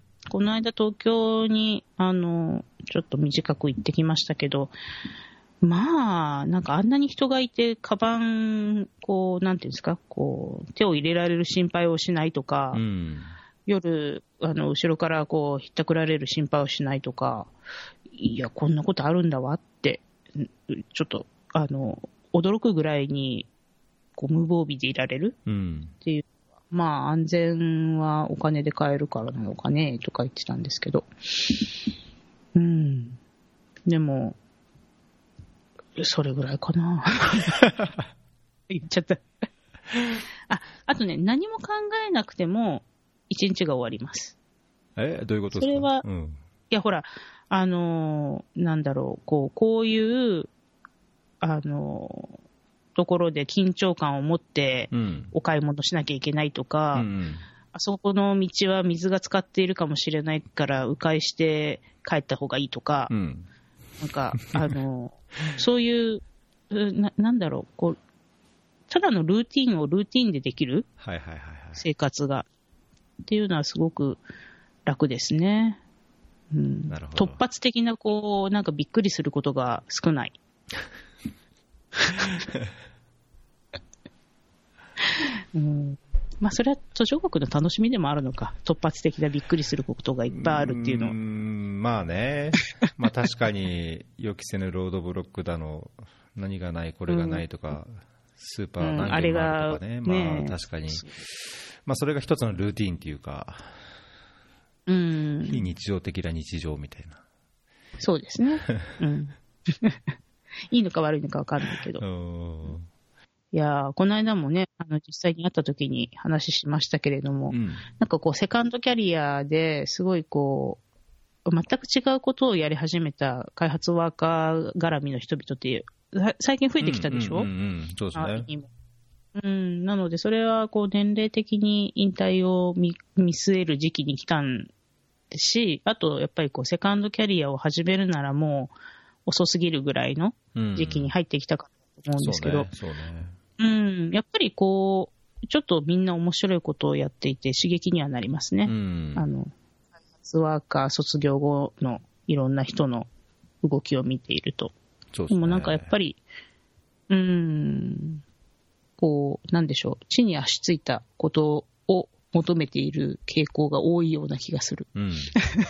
この間、東京にあのちょっと短く行ってきましたけど、まあ、なんかあんなに人がいて、カバン、こう、なんていうんですか、こう、手を入れられる心配をしないとか、うん、夜、あの後ろからこうひったくられる心配をしないとか、いや、こんなことあるんだわって、ちょっとあの驚くぐらいに。こう無防備でいられるっていう、うん、まあ安全はお金で買えるからなのかねとか言ってたんですけど、うん、でもそれぐらいかな言っちゃったあ、あとね、何も考えなくても一日が終わります。 え、どういうことですか？ それは、 うん、 いやほら、あのー、なんだろう、こう、こういうあのーところで緊張感を持ってお買い物しなきゃいけないとか、うんうん、あそこの道は水が浸かっているかもしれないから迂回して帰った方がいいとか、うん、なんかあのそういう な, なんだろう、こうただのルーティンをルーティンでできるはいはいはいはい。 生活が、っていうのはすごく楽ですね。うん、 なるほど。 突発的なこうなんかびっくりすることが少ない。うん、まあそれは途上国の楽しみでもあるのか。突発的なびっくりすることがいっぱいあるっていうのは。 うーん、まあね。まあ確かに予期せぬロードブロックだの、何がないこれがないとか、うん、スーパー何軒もあるとかね。うん、まあ確かに、まあそれが一つのルーティーンっていうか、うん、非日常的な日常みたいな。 そうですね。うん、いいのか悪いのか分かんないけど。いやー、この間もね、あの実際に会った時に話しましたけれども、うん、なんかこうセカンドキャリアですごいこう全く違うことをやり始めた開発ワーカー絡みの人々って最近増えてきたでしょ。 そうですね。 うん、なのでそれはこう年齢的に引退を 見, 見据える時期に来たんですし、あとやっぱりこうセカンドキャリアを始めるならもう遅すぎるぐらいの時期に入ってきたかと思うんですけど、うん、そうね、そうね。うん、やっぱりこう、ちょっとみんな面白いことをやっていて刺激にはなりますね。うん、あの、開発ワーカー卒業後のいろんな人の動きを見ていると。そうですね。でもなんかやっぱり、うん、こう、なんでしょう、地に足ついたことを求めている傾向が多いような気がする。うん、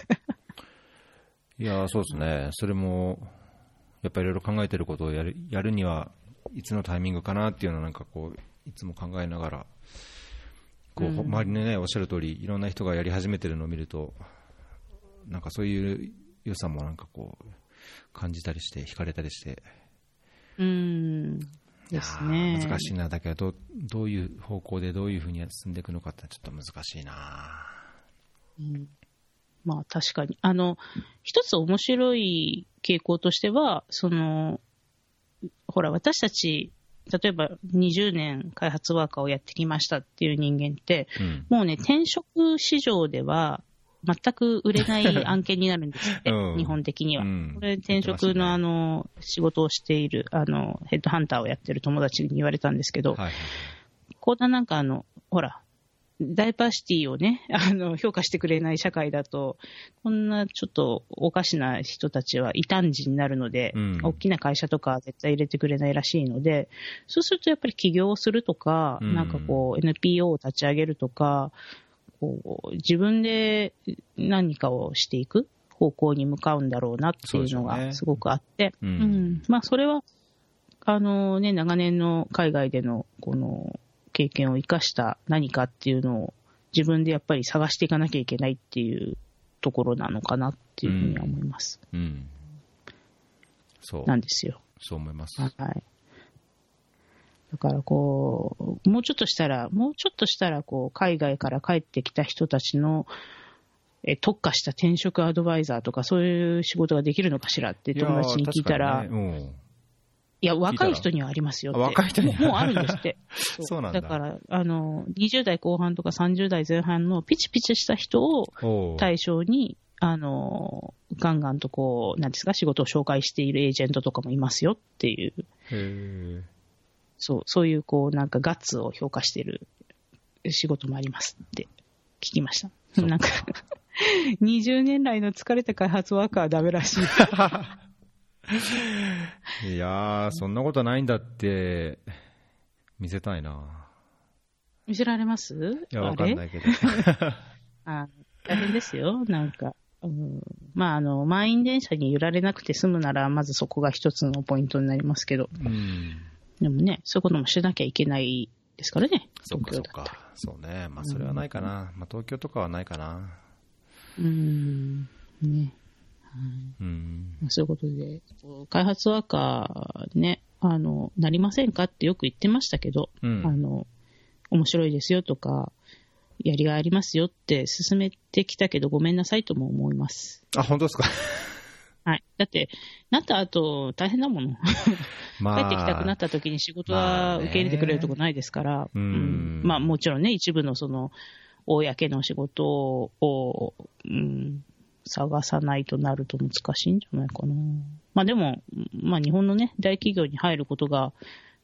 いや、そうですね。それも、やっぱりいろいろ考えてることをやる、やるには、いつのタイミングかなっていうのをなんかこういつも考えながらこう、うん、周りにねおっしゃる通りいろんな人がやり始めてるのを見るとなんかそういう良さもなんかこう感じたりして惹かれたりしてうんですね。 難しいな。だけど ど, どういう方向でどういうふうに進んでいくのかってちょっと難しいな、 うん、まあ確かにあの一つ面白い傾向としてはそのほら、私たち、例えばにじゅうねん開発ワーカーをやってきましたっていう人間って、うん、もうね、転職市場では全く売れない案件になるんですって、うん、日本的には。うん、これ、転職のあの、仕事をしている、あの、ヘッドハンターをやってる友達に言われたんですけど、はい、こんななんかあの、ほら、ダイバーシティをね、あの、評価してくれない社会だと、こんなちょっとおかしな人たちは異端児になるので、うん、大きな会社とか絶対入れてくれないらしいので、そうするとやっぱり起業をするとか、うん、なんかこう エヌピーオー を立ち上げるとか、こう自分で何かをしていく方向に向かうんだろうなっていうのがすごくあって、うんうん、まあそれは、あのね、長年の海外でのこの、経験を生かした何かっていうのを自分でやっぱり探していかなきゃいけないっていうところなのかなっていうふうには思います。うん。うん、そう。なんですよ。 そう思います。 はい。だからこう、もうちょっとしたら、もうちょっとしたらこう、海外から帰ってきた人たちのえ特化した転職アドバイザーとかそういう仕事ができるのかしらって友達に聞いたら、いや、若い人にはありますよって。 若い人にはもうあるんですって。 そう、そうなんだ。 だから、あの、にじゅう代後半とかさんじゅう代前半のピチピチした人を対象に、あの、ガンガンとこう、なんですか、仕事を紹介しているエージェントとかもいますよっていう。へそう、そういうこう、なんかガッツを評価している仕事もありますって聞きました。なんか、にじゅうねん来の疲れた開発ワーカーはダメらしい。 いやー、そんなことないんだって見せたいな。 見せられます？ いや、わかんないけど。 あ、大変ですよ、なんか。うん、まあ、あの、満員電車に揺られなくて済むなら、まずそこが一つのポイントになりますけど。うん、でもね、そういうこともしなきゃいけないですからね。 そっかそっか。そうね。まあ、それはないかな。うん、まあ、東京とかはないかな。 うーん。ね。うん、そういうことで、開発ワーカーね、あの、なりませんかってよく言ってましたけど、うん、あの、面白いですよとか、やりがいありますよって進めてきたけど、ごめんなさいとも思います。 あ、本当ですか？ はい。だって、なった後、大変だもの。まあ、帰ってきたくなった時に仕事は受け入れてくれるとこないですから、まあ、うん、まあもちろんね、一部のその、公の仕事を、うん、探さないとなると難しいんじゃないかな。まあでも、まあ日本のね、大企業に入ることが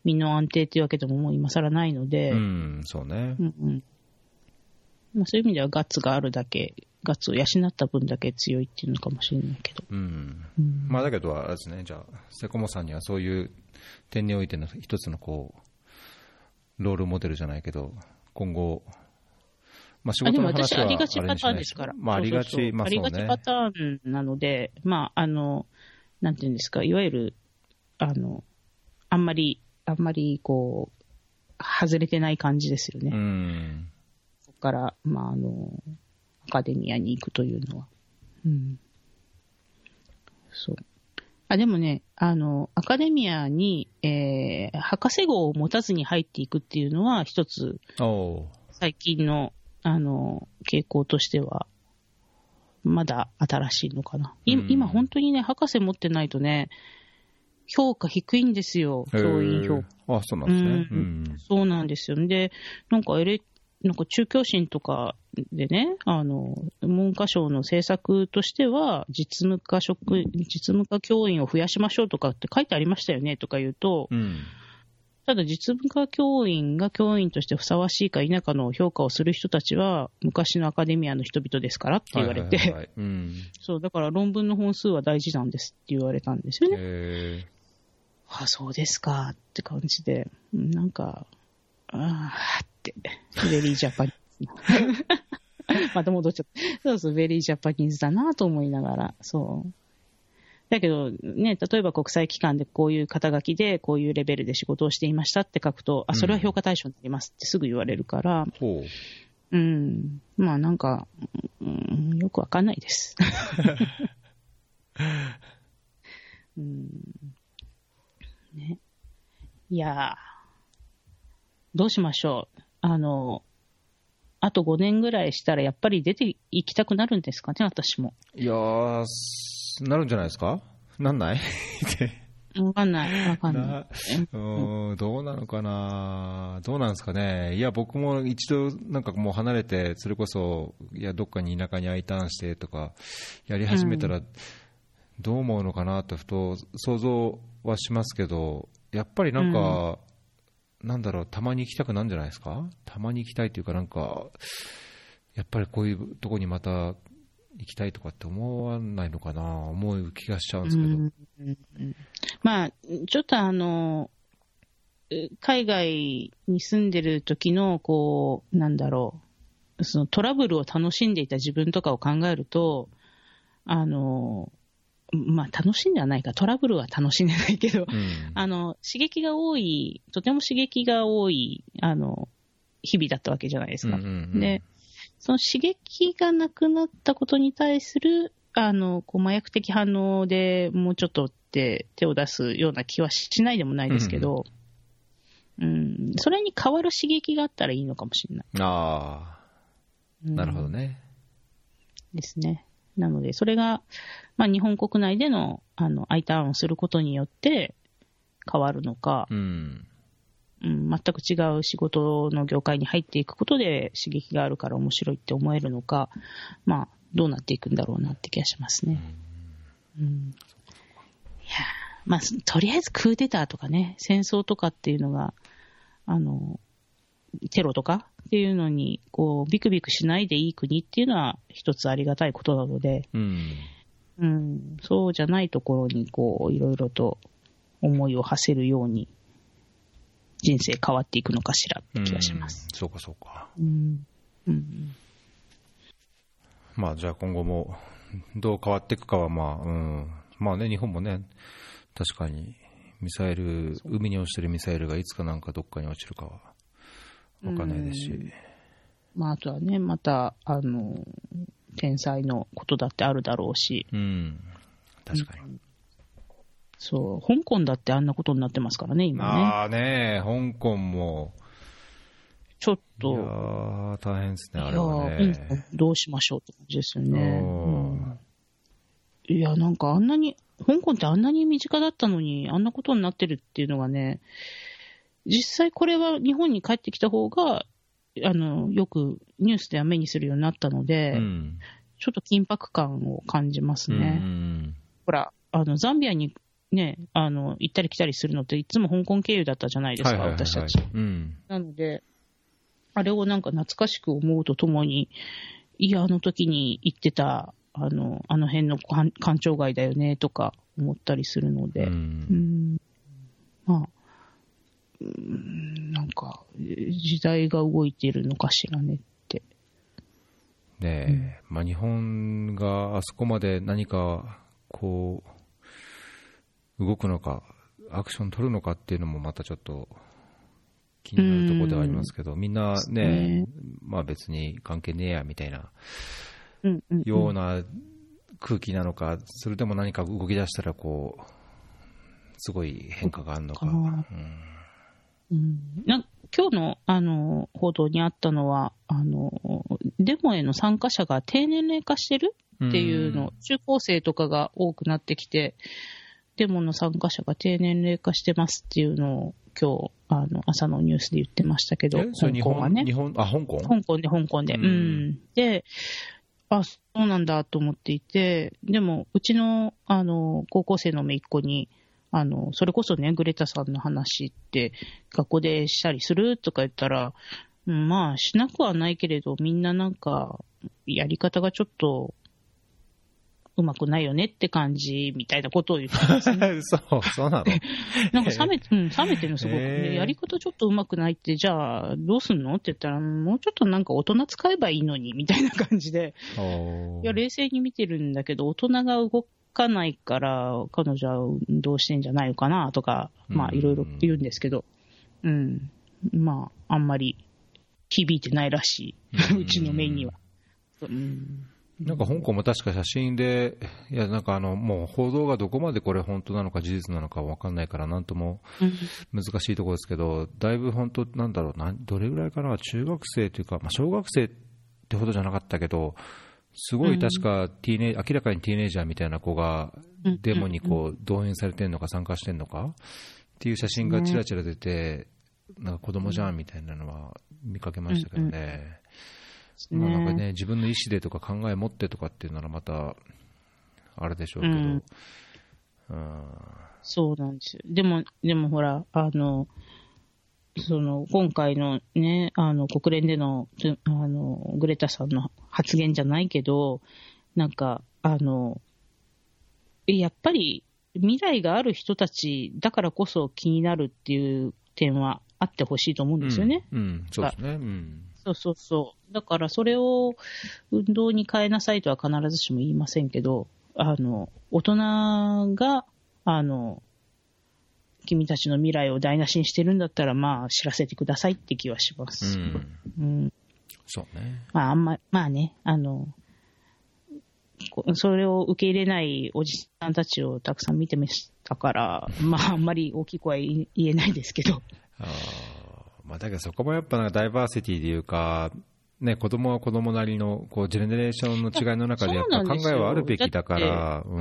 身の安定というわけでももう今更ないので、 うん、そうね。 うんうんまあ、そういう意味ではガッツがあるだけ、ガッツを養った分だけ強いっていうのかもしれないけど。 うんうん、 まあだけどあれですね、じゃあセコモさんにはそういう点においての一つのこうロールモデルじゃないけど、今後、まあ、仕事の話はありがちパターンですから。 まあ、ありがち、そうそうそう、まあ、そうね、 ありがちパターンなので、まあ、あの、なんていうんですか、いわゆる、あの、あんまり、あんまり、こう、外れてない感じですよね。 うん。 そこから、まあ、あの、アカデミアに行くというのは。うん。そう。あ、でもね、あの、アカデミアに、えー、博士号を持たずに入っていくっていうのは、一つ、最近の、あの、傾向としては、まだ新しいのかな。今、うん、今本当にね、博士持ってないとね、評価低いんですよ、教員評価。 あ、そうなんですね。うんうん、そうなんですよ。で、なんかエレ、なんか中教審とかでね、あの、文科省の政策としては、実務科職、実務科教員を増やしましょうとかって書いてありましたよねとか言うと、 うんただ実務科教員が教員としてふさわしいか否かの評価をする人たちは昔のアカデミアの人々ですからって言われて、はいはいはいはいうん、そうだから論文の本数は大事なんですって言われたんですよね。 へーあ、そうですかって感じで、なんか、あーって、ベリージャパニーズ。また戻っちゃった。そうそう、ベリージャパニーズだなと思いながら、そう。だけどね、例えば国際機関でこういう肩書きでこういうレベルで仕事をしていましたって書くと、あ、それは評価対象になりますってすぐ言われるから、 うん、 うん、まあなんか、うん、よくわかんないです。うんね、いやどうしましょう。あの、あとごねんぐらいしたらやっぱり出ていきたくなるんですかね、私も。 いやー、なるんじゃないですか？なんないわかんない。わかんない。 なうん、どうなのかな、どうなんですかね。いや、僕も一度、なんかもう離れて、それこそ、いや、どっかに田舎に I ターンしてとか、やり始めたら、どう思うのかなと、ふと想像はしますけど、やっぱりなんか、うん、なんだろう、たまに行きたくなるんじゃないですか。たまに行きたいというか、なんか、やっぱりこういうとこにまた、行きたいとかって思わないのかな、思う気がしちゃうんですけど、うんうん、まあちょっとあの海外に住んでる時のこうなんだろう、そのトラブルを楽しんでいた自分とかを考えると、あのまあ楽しんではないか、トラブルは楽しんでないけど、うん、あの刺激が多い、とても刺激が多いあの日々だったわけじゃないですか。うんうんうん、でその刺激がなくなったことに対する、あの、こう麻薬的反応でもうちょっとって手を出すような気はしないでもないですけど、うん、うん、それに変わる刺激があったらいいのかもしれない。 ああ、うん、なるほどね。 ですね。なので、それが、まあ、日本国内での、あの、I ターンをすることによって変わるのか、 うんうん、全く違う仕事の業界に入っていくことで刺激があるから面白いって思えるのか、まあ、どうなっていくんだろうなって気がしますね。うん、いやまあ、とりあえずクーデターとかね、戦争とかっていうのが、あの、テロとかっていうのに、こう、ビクビクしないでいい国っていうのは一つありがたいことなので、 うんうん、そうじゃないところに、こう、いろいろと思いを馳せるように、人生変わっていくのかしらって気がします。 うん、そうかそうか。 うんうん、 まあじゃあ今後もどう変わっていくかはまあ、うん、まあね、日本もね、確かにミサイル、海に落ちてるミサイルがいつかなんかどっかに落ちるかは分かんないですし、うん、 まああとはね、またあの天災のことだってあるだろうし、 うん、確かに。うんそう、香港だってあんなことになってますからね、今ね。 ああね、香港も。 ちょっと。 いやー、大変ですね、あれはね。 いやどうしましょうって感じですよね。うん、いや、なんかあんなに、香港ってあんなに身近だったのに、あんなことになってるっていうのがね、実際これは日本に帰ってきた方が、あの、よくニュースでは目にするようになったので、うん、ちょっと緊迫感を感じますね。 うん、 ほら、あの、ザンビアにね、あの行ったり来たりするのっていつも香港経由だったじゃないですか、はいはいはいはい、私たち、 うん、 なのであれをなんか懐かしく思うとともに、いやあの時に行ってたあのあの辺の官庁街だよねとか思ったりするので、うん、うんまあうんなんか時代が動いてるのかしらねってねえ、うんまあ、日本があそこまで何かこう動くのかアクション取るのかっていうのもまたちょっと気になるところではありますけど、みんなね、まあ別に関係ねえやみたいなような空気なのか、それでも何か動き出したらこうすごい変化があるのか、うんうん、な今日の、あの報道にあったのはあのデモへの参加者が低年齢化してるっていうの、中高生とかが多くなってきてデモの参加者が低年齢化してますっていうのを今日あの朝のニュースで言ってましたけど、香港はね、 日本あ香港香港で香港で、うん、うん、で、あそうなんだと思っていて、でもうちのあの高校生の姪っ子にあのそれこそねグレタさんの話って学校でしたりするとか言ったら、うん、まあしなくはないけれどみんななんかやり方がちょっとうまくないよねって感じみたいなことを言ってますね。 そう、そうなのなんか冷め、うん、冷めてるのすごく、ね。やり方ちょっとうまくないって、じゃあどうすんのって言ったら、もうちょっとなんか大人使えばいいのにみたいな感じで。いや、冷静に見てるんだけど、大人が動かないから、彼女は運動してんじゃないのかなとか、まあいろいろ言うんですけど、うん。まあ、あんまり響いてないらしい。うちのメインには。うんなんか香港も確か写真で、いやなんかあのもう報道がどこまでこれ本当なのか事実なのか分かんないからなんとも難しいところですけど、だいぶ本当なんだろうな、どれぐらいかな、中学生というか、まあ、小学生ってほどじゃなかったけど、すごい確かティーネイ、明らかにティーネイジャーみたいな子がデモにこう動員されてるのか参加してるのかっていう写真がちらちら出て、なんか子供じゃんみたいなのは見かけましたけどね。まあなんかね、自分の意思でとか考え持ってとかっていうならまたあれでしょうけど、うんうん、そうなんですよ。でもでもほらあのその今回のねあの国連でのあのグレタさんの発言じゃないけど、なんかあのやっぱり未来がある人たちだからこそ気になるっていう点はあってほしいと思うんですよね。 うんうん、そうですね。うんそうそうそう。だからそれを運動に変えなさいとは必ずしも言いませんけど、あの、大人が、あの、君たちの未来を台無しにしてるんだったら、まあ、知らせてくださいって気はします。 うん。うん、そうね。 まあ、あんま、まあね、あの、それを受け入れないおじさんたちをたくさん見てましたから、まあ、あんまり大きい声は言えないですけど。 あまあ、だけどそこもやっぱなんかダイバーシティというか、ね、子供は子供なりのこうジェネレーションの違いの中でやっぱ考えはあるべきだから、うん、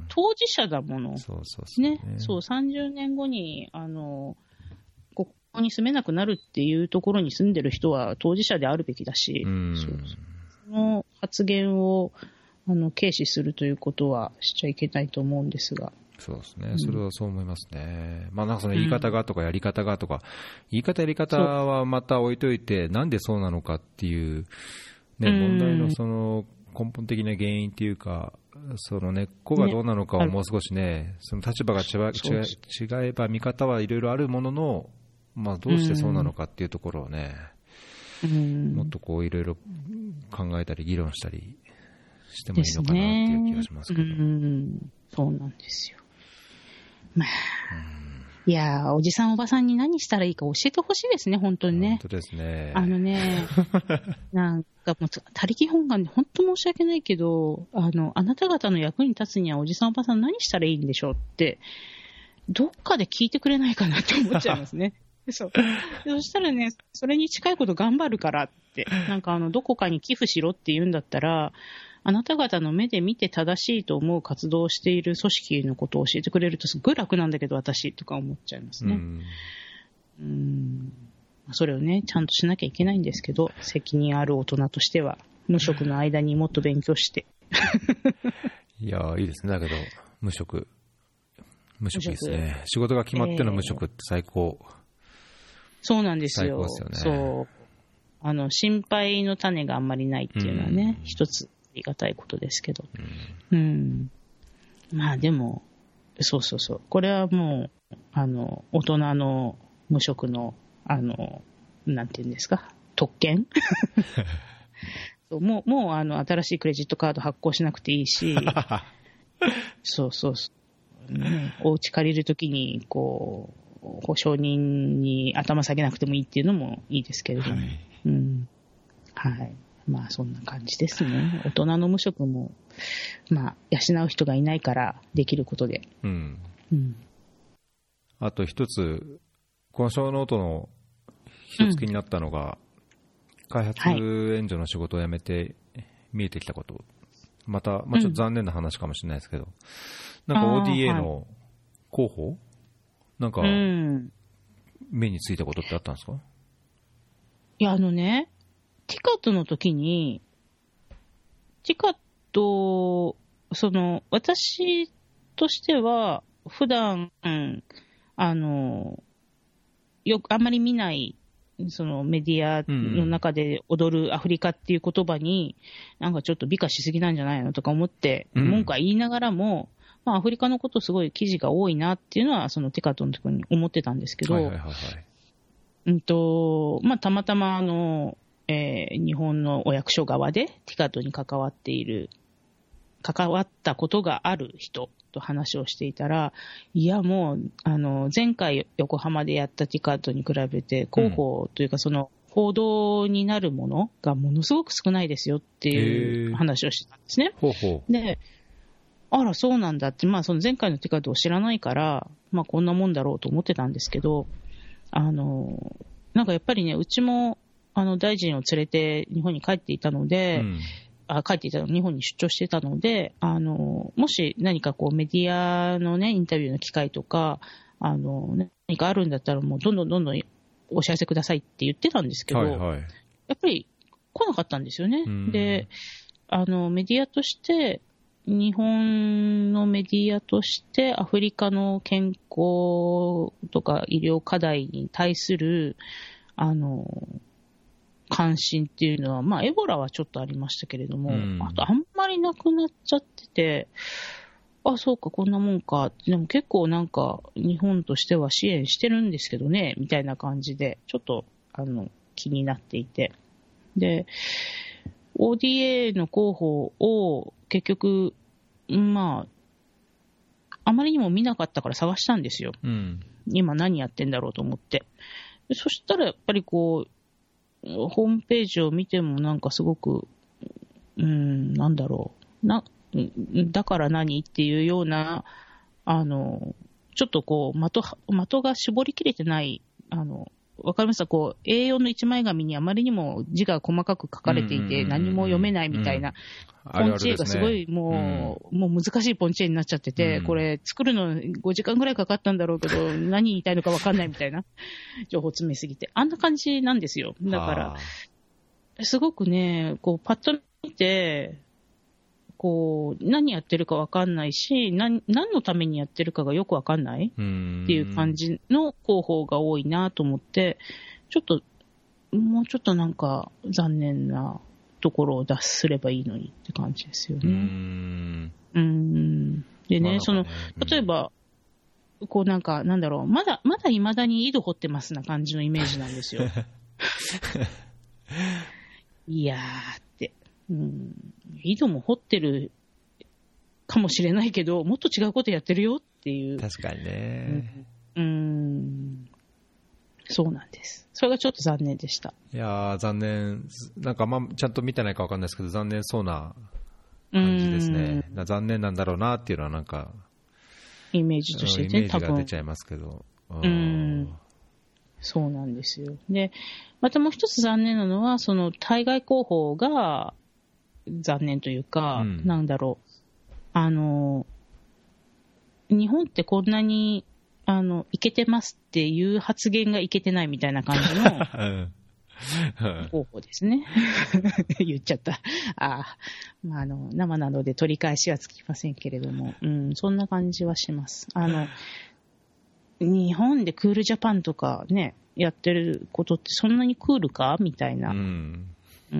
当事者だもの。 そうそうそうね。 ね、そうさんじゅうねんごにあのここに住めなくなるっていうところに住んでる人は当事者であるべきだし、うん、そうその発言をあの軽視するということはしちゃいけないと思うんですが。 そうですね、それはそう思いますね。うん、まあ、なんかその言い方がとかやり方がとか、うん、言い方やり方はまた置いといて、なんでそうなのかっていう、ね、問題のその根本的な原因っていうか、その根っこがどうなのかをもう少しね、その立場が違違えば見方はいろいろあるものの、まあ、どうしてそうなのかっていうところをね、うん、もっとこういろいろ考えたり議論したりしてもいいのかなっていう気がしますけど。 うん、そうなんですよ。まあ、いやおじさんおばさんに何したらいいか教えてほしいですね、本当にね。 本当ですね。 あのね、なんかもう他力本願で本当申し訳ないけど、あのあなた方の役に立つにはおじさんおばさん何したらいいんでしょうってどっかで聞いてくれないかなって思っちゃいますね。そうそしたらね、それに近いこと頑張るからって、なんかあのどこかに寄付しろって言うんだったら、あなた方の目で見て正しいと思う活動をしている組織のことを教えてくれるとすごい楽なんだけど私とか思っちゃいますね。うんうーんそれをねちゃんとしなきゃいけないんですけど、責任ある大人としては無職の間にもっと勉強していやいいですね。だけど無職無職ですね。仕事が決まっての無職って最高。えー、 そうなんですよ。 最高ですよね。 そう。あの、心配の種があんまりないっていうのはね、うん、一つありがたいことですけど。うん。うん、まあでも、そうそうそう。これはもう、あの、大人の無職の、あの、なんていうんですか、特権そうもう、もう、あの、新しいクレジットカード発行しなくていいし、そうそうそう。ね、お家借りるときに、こう、保証人に頭下げなくてもいいっていうのもいいですけれども、はい、うん。はい。まあ、そんな感じですね。大人の無職も、まあ、養う人がいないからできることで。 うん。 うん、 あと一つ、この小ノートの一つ気になったのが、うん、開発援助の仕事を辞めて見えてきたこと。はい、また、まあ、ちょっと残念な話かもしれないですけど、うん、なんか オーディーエー の候補、はい、なんか、目についたことってあったんですか？ いや、あのね、ティカットの時に、ティカット、その、私としては、普段、うん、あの、よく、あんまり見ない、そのメディアの中で踊るアフリカっていう言葉に、うん、なんかちょっと美化しすぎなんじゃないのとか思って、文句は言いながらも、まあ、アフリカのことすごい記事が多いなっていうのは、そのティカットのところに思ってたんですけど、はいはいはいはい、うんと、まあ、たまたまあの、えー、日本のお役所側でティカットに関わっている、関わったことがある人と話をしていたら、いやもう、あの、前回横浜でやったティカットに比べて、広報というかその報道になるものがものすごく少ないですよっていう話をしてたんですね。 ほうほう。 で、あら、そうなんだって、まあその前回のティカットを知らないから、まあこんなもんだろうと思ってたんですけど、あの、なんかやっぱりね、うちも、あの、大臣を連れて日本に帰っていたので、うん、あ帰っていたの、日本に出張してたので、あの、もし何かこうメディアのね、インタビューの機会とか、あの、何かあるんだったらもうどんどんどんどんお知らせくださいって言ってたんですけど、はいはい、やっぱり来なかったんですよね。で、あの、メディアとして、日本のメディアとしてアフリカの健康とか医療課題に対する、あの、関心っていうのは、まあ、エボラはちょっとありましたけれども、うん、あとあんまりなくなっちゃってて、あ、そうか、こんなもんか。でも結構なんか、日本としては支援してるんですけどね、みたいな感じで、ちょっと、あの、気になっていて。で、オーディーエー の候補を結局、まあ、あまりにも見なかったから探したんですよ。 うん、 今何やってんだろうと思って。そしたらやっぱりこう、ホームページを見てもなんかすごく、うーん、なんだろう。な、だから何っていうような、あの、ちょっとこう、的、的が絞りきれてない、あの、わかりますか？こう、エーよん の一枚紙にあまりにも字が細かく書かれていて、何も読めないみたいな、ポンチ絵がすごいもう、もう難しいポンチ絵になっちゃってて、これ作るのごじかんぐらいかかったんだろうけど、何言いたいのかわかんないみたいな情報詰めすぎて。あんな感じなんですよ。だから、すごくね、こう、パッと見て、こう、何やってるかわかんないし、何、何のためにやってるかがよくわかんないっていう感じの広報が多いなと思って、ちょっと、もうちょっとなんか残念なところを脱すればいいのにって感じですよね。うーん。うーんでね、まあ、その、例えば、うん、こうなんか、なんだろう、まだ、まだ未だに井戸掘ってますな感じのイメージなんですよ。いやーって。うん、井戸も掘ってるかもしれないけど、もっと違うことやってるよっていう。 確かにね。 うん、うーんそうなんです。それがちょっと残念でした。 いやー、残念。なんか、まあ、ちゃんと見てないか分かんないですけど、残念そうな感じですね。残念なんだろうなっていうのは、なんか、 イメージとしてね、 イメージが出ちゃいますけど。 うん。そうなんですよ。で、またもう一つ残念なのは、その対外広報が残念というか、うん、なんだろう。あの、日本ってこんなに、あの、イケてますっていう発言がイケてないみたいな感じの、 候補ですね。言っちゃった。ああ、まあ、あの、生なので取り返しはつきませんけれども、うん、そんな感じはします。あの、日本でクールジャパンとかね、やってることってそんなにクールかみたいな、うん、うん、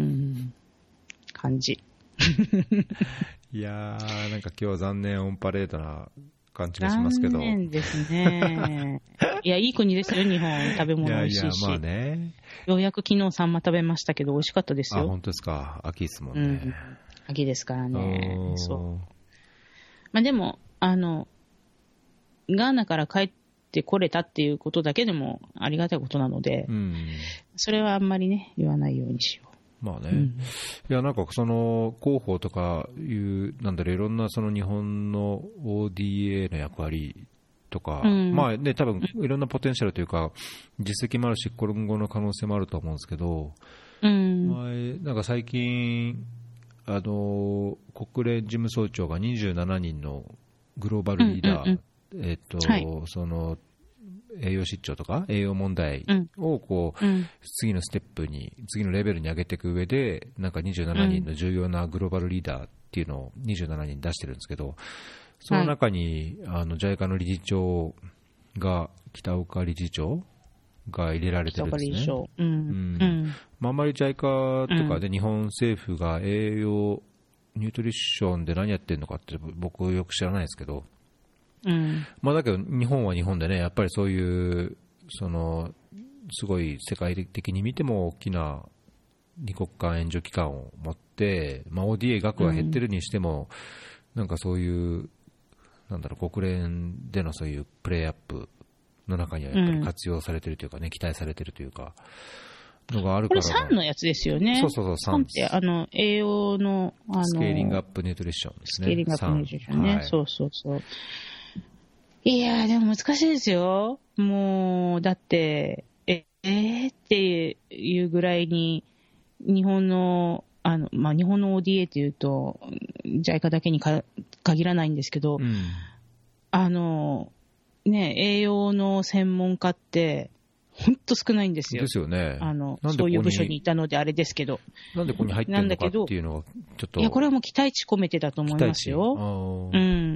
感じ。 いやー、なんか今日は残念オンパレードな感じがしますけど。 残念ですね。いや、いい国ですよ、日本。食べ物美味しいし。いやいや、まあね。ようやく昨日サンマ食べましたけど、美味しかったですよ。 あ、本当ですか。秋ですもんね。うん、 秋ですからね。そう。まあでも、あの、ガーナから帰ってこれたっていうことだけでもありがたいことなので、うん、それはあんまりね、言わないようにしよう。 まあね、うん、いやなんかその広報とかいうなんだろういろんなその日本の オーディーエー の役割とか、うん、まあね多分いろんなポテンシャルというか実績もあるし今後の可能性もあると思うんですけど、うん、前なんか最近あの国連事務総長がにじゅうななにんのグローバルリーダー、うんうんうん、えっと、はい、その栄養失調とか栄養問題をこう、うん、次のステップに次のレベルに上げていく上でなんかにじゅうななにんの重要なグローバルリーダーっていうのをにじゅうななにん出してるんですけど、その中に、はい、あの ジャイカ の理事長が北岡理事長が入れられてるんですね。北岡理事長、うんうんまあ、あまり ジャイカ とかで日本政府が栄養ニュートリションで何やってるのかって僕よく知らないですけど、うんまあ、だけど日本は日本でねやっぱりそういうそのすごい世界的に見ても大きな二国間援助機関を持って、まあ、オーディーエー 額は減ってるにしても、うん、なんかそういうなんだろう国連でのそういうプレーアップの中にはやっぱり活用されてるというかね、うん、期待されてるというかのがあるから。これさんのやつですよね。そうそうそうさんってあの栄養のあのスケーリングアップニュートリションですね。スケーリングアップニュートリションね、はい、そうそうそう。いやーでも難しいですよ。もうだってええー、っていうぐらいに日本のあのまあ日本の オーディーエー っていうと ジャイカ だけにか限らないんですけど、うん、あのね栄養の専門家って本当少ないんですよ。ですよね。あのそういう部署にいたのであれですけど。なんでここに入ってるのかっていうのはちょっと。いやこれはもう期待値込めてだと思いますよ。あ,、うん、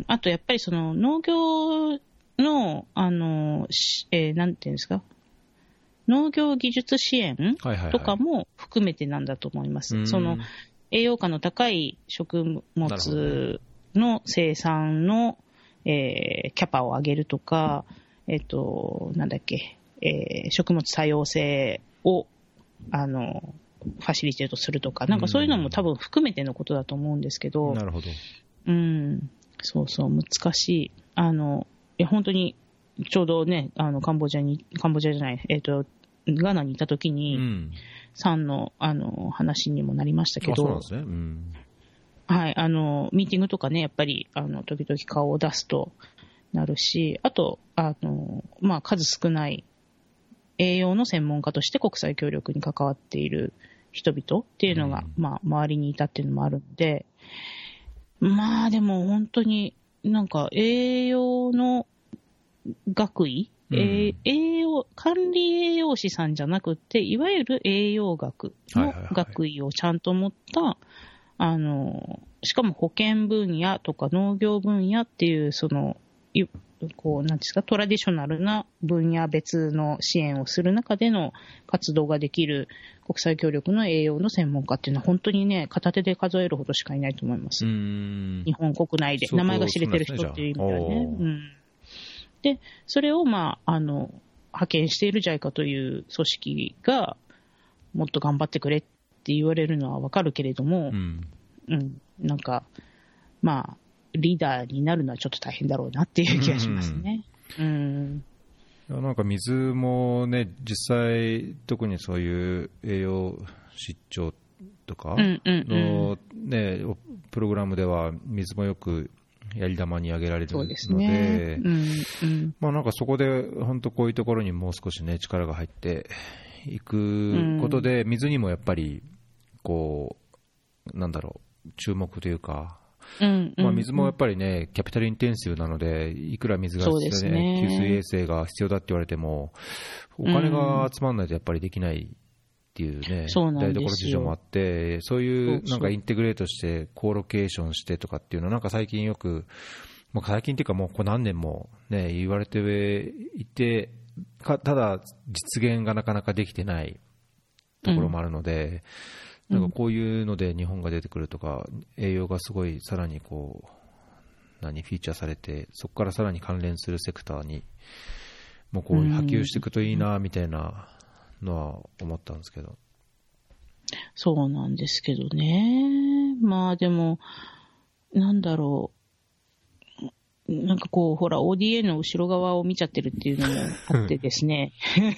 あとやっぱりその農業のあの、えー、なんていうんですか農業技術支援とかも含めてなんだと思います。はいはいはい、その栄養価の高い食物の生産の、えー、キャパを上げるとか、えっ、ー、となんだっけ。えー、食物多様性をあのファシリテートするとか、なんかそういうのも多分含めてのことだと思うんですけど、うん、なるほど、うん、そうそう難しい。あのいや本当にちょうどねあのカンボジアにカンボジアじゃないえっ、ー、とガーナにいた時に、うん、サンのあの話にもなりましたけど、そうなんですね、うん、はいあのミーティングとかねやっぱりあの時々顔を出すとなるし、あとあのまあ数少ない栄養の専門家として国際協力に関わっている人々っていうのが、うんまあ、周りにいたっていうのもあるので、まあでも本当になんか栄養の学位、うんえー、栄養管理栄養士さんじゃなくていわゆる栄養学の学位をちゃんと持った、はいはいはい、あのしかも保健分野とか農業分野っていうそのこうなんですかトラディショナルな分野別の支援をする中での活動ができる国際協力の栄養の専門家っていうのは本当にね片手で数えるほどしかいないと思います。うーん日本国内で名前が知れてる人っていう意味ではね。うん、でそれをまああの派遣している ジャイカ という組織がもっと頑張ってくれって言われるのはわかるけれども、うんうん、なんかまあリーダーになるのはちょっと大変だろうなっていう気がしますね。うん、うん、なんか水もね実際特にそういう栄養失調とかの、ね、プログラムでは水もよくやり玉に挙げられるの で, で、ねうんうん、まあなんかそこで本当こういうところにもう少しね力が入っていくことで、うん、水にもやっぱりこうなんだろう注目というか。うんうんまあ、水もやっぱりねキャピタルインテンシブなのでいくら水が必要で、ね、給水衛生が必要だって言われてもお金が集まらないとやっぱりできないっていうね、 そうなんですよ。 台所事情もあって、そういうなんかインテグレートしてコーロケーションしてとかっていうのはなんか最近よく、もう最近っていうかもうここ何年もね言われていて、かただ実現がなかなかできてないところもあるので、うん、なんかこういうので日本が出てくるとか、栄養がすごいさらにこう何フィーチャーされて、そこからさらに関連するセクターにもうこう波及していくといいなみたいなのは思ったんですけど。 そうなんですけどね。まあでもなんだろう。なんかこう、ほら、オーディーエー の後ろ側を見ちゃってるっていうのもあってですね。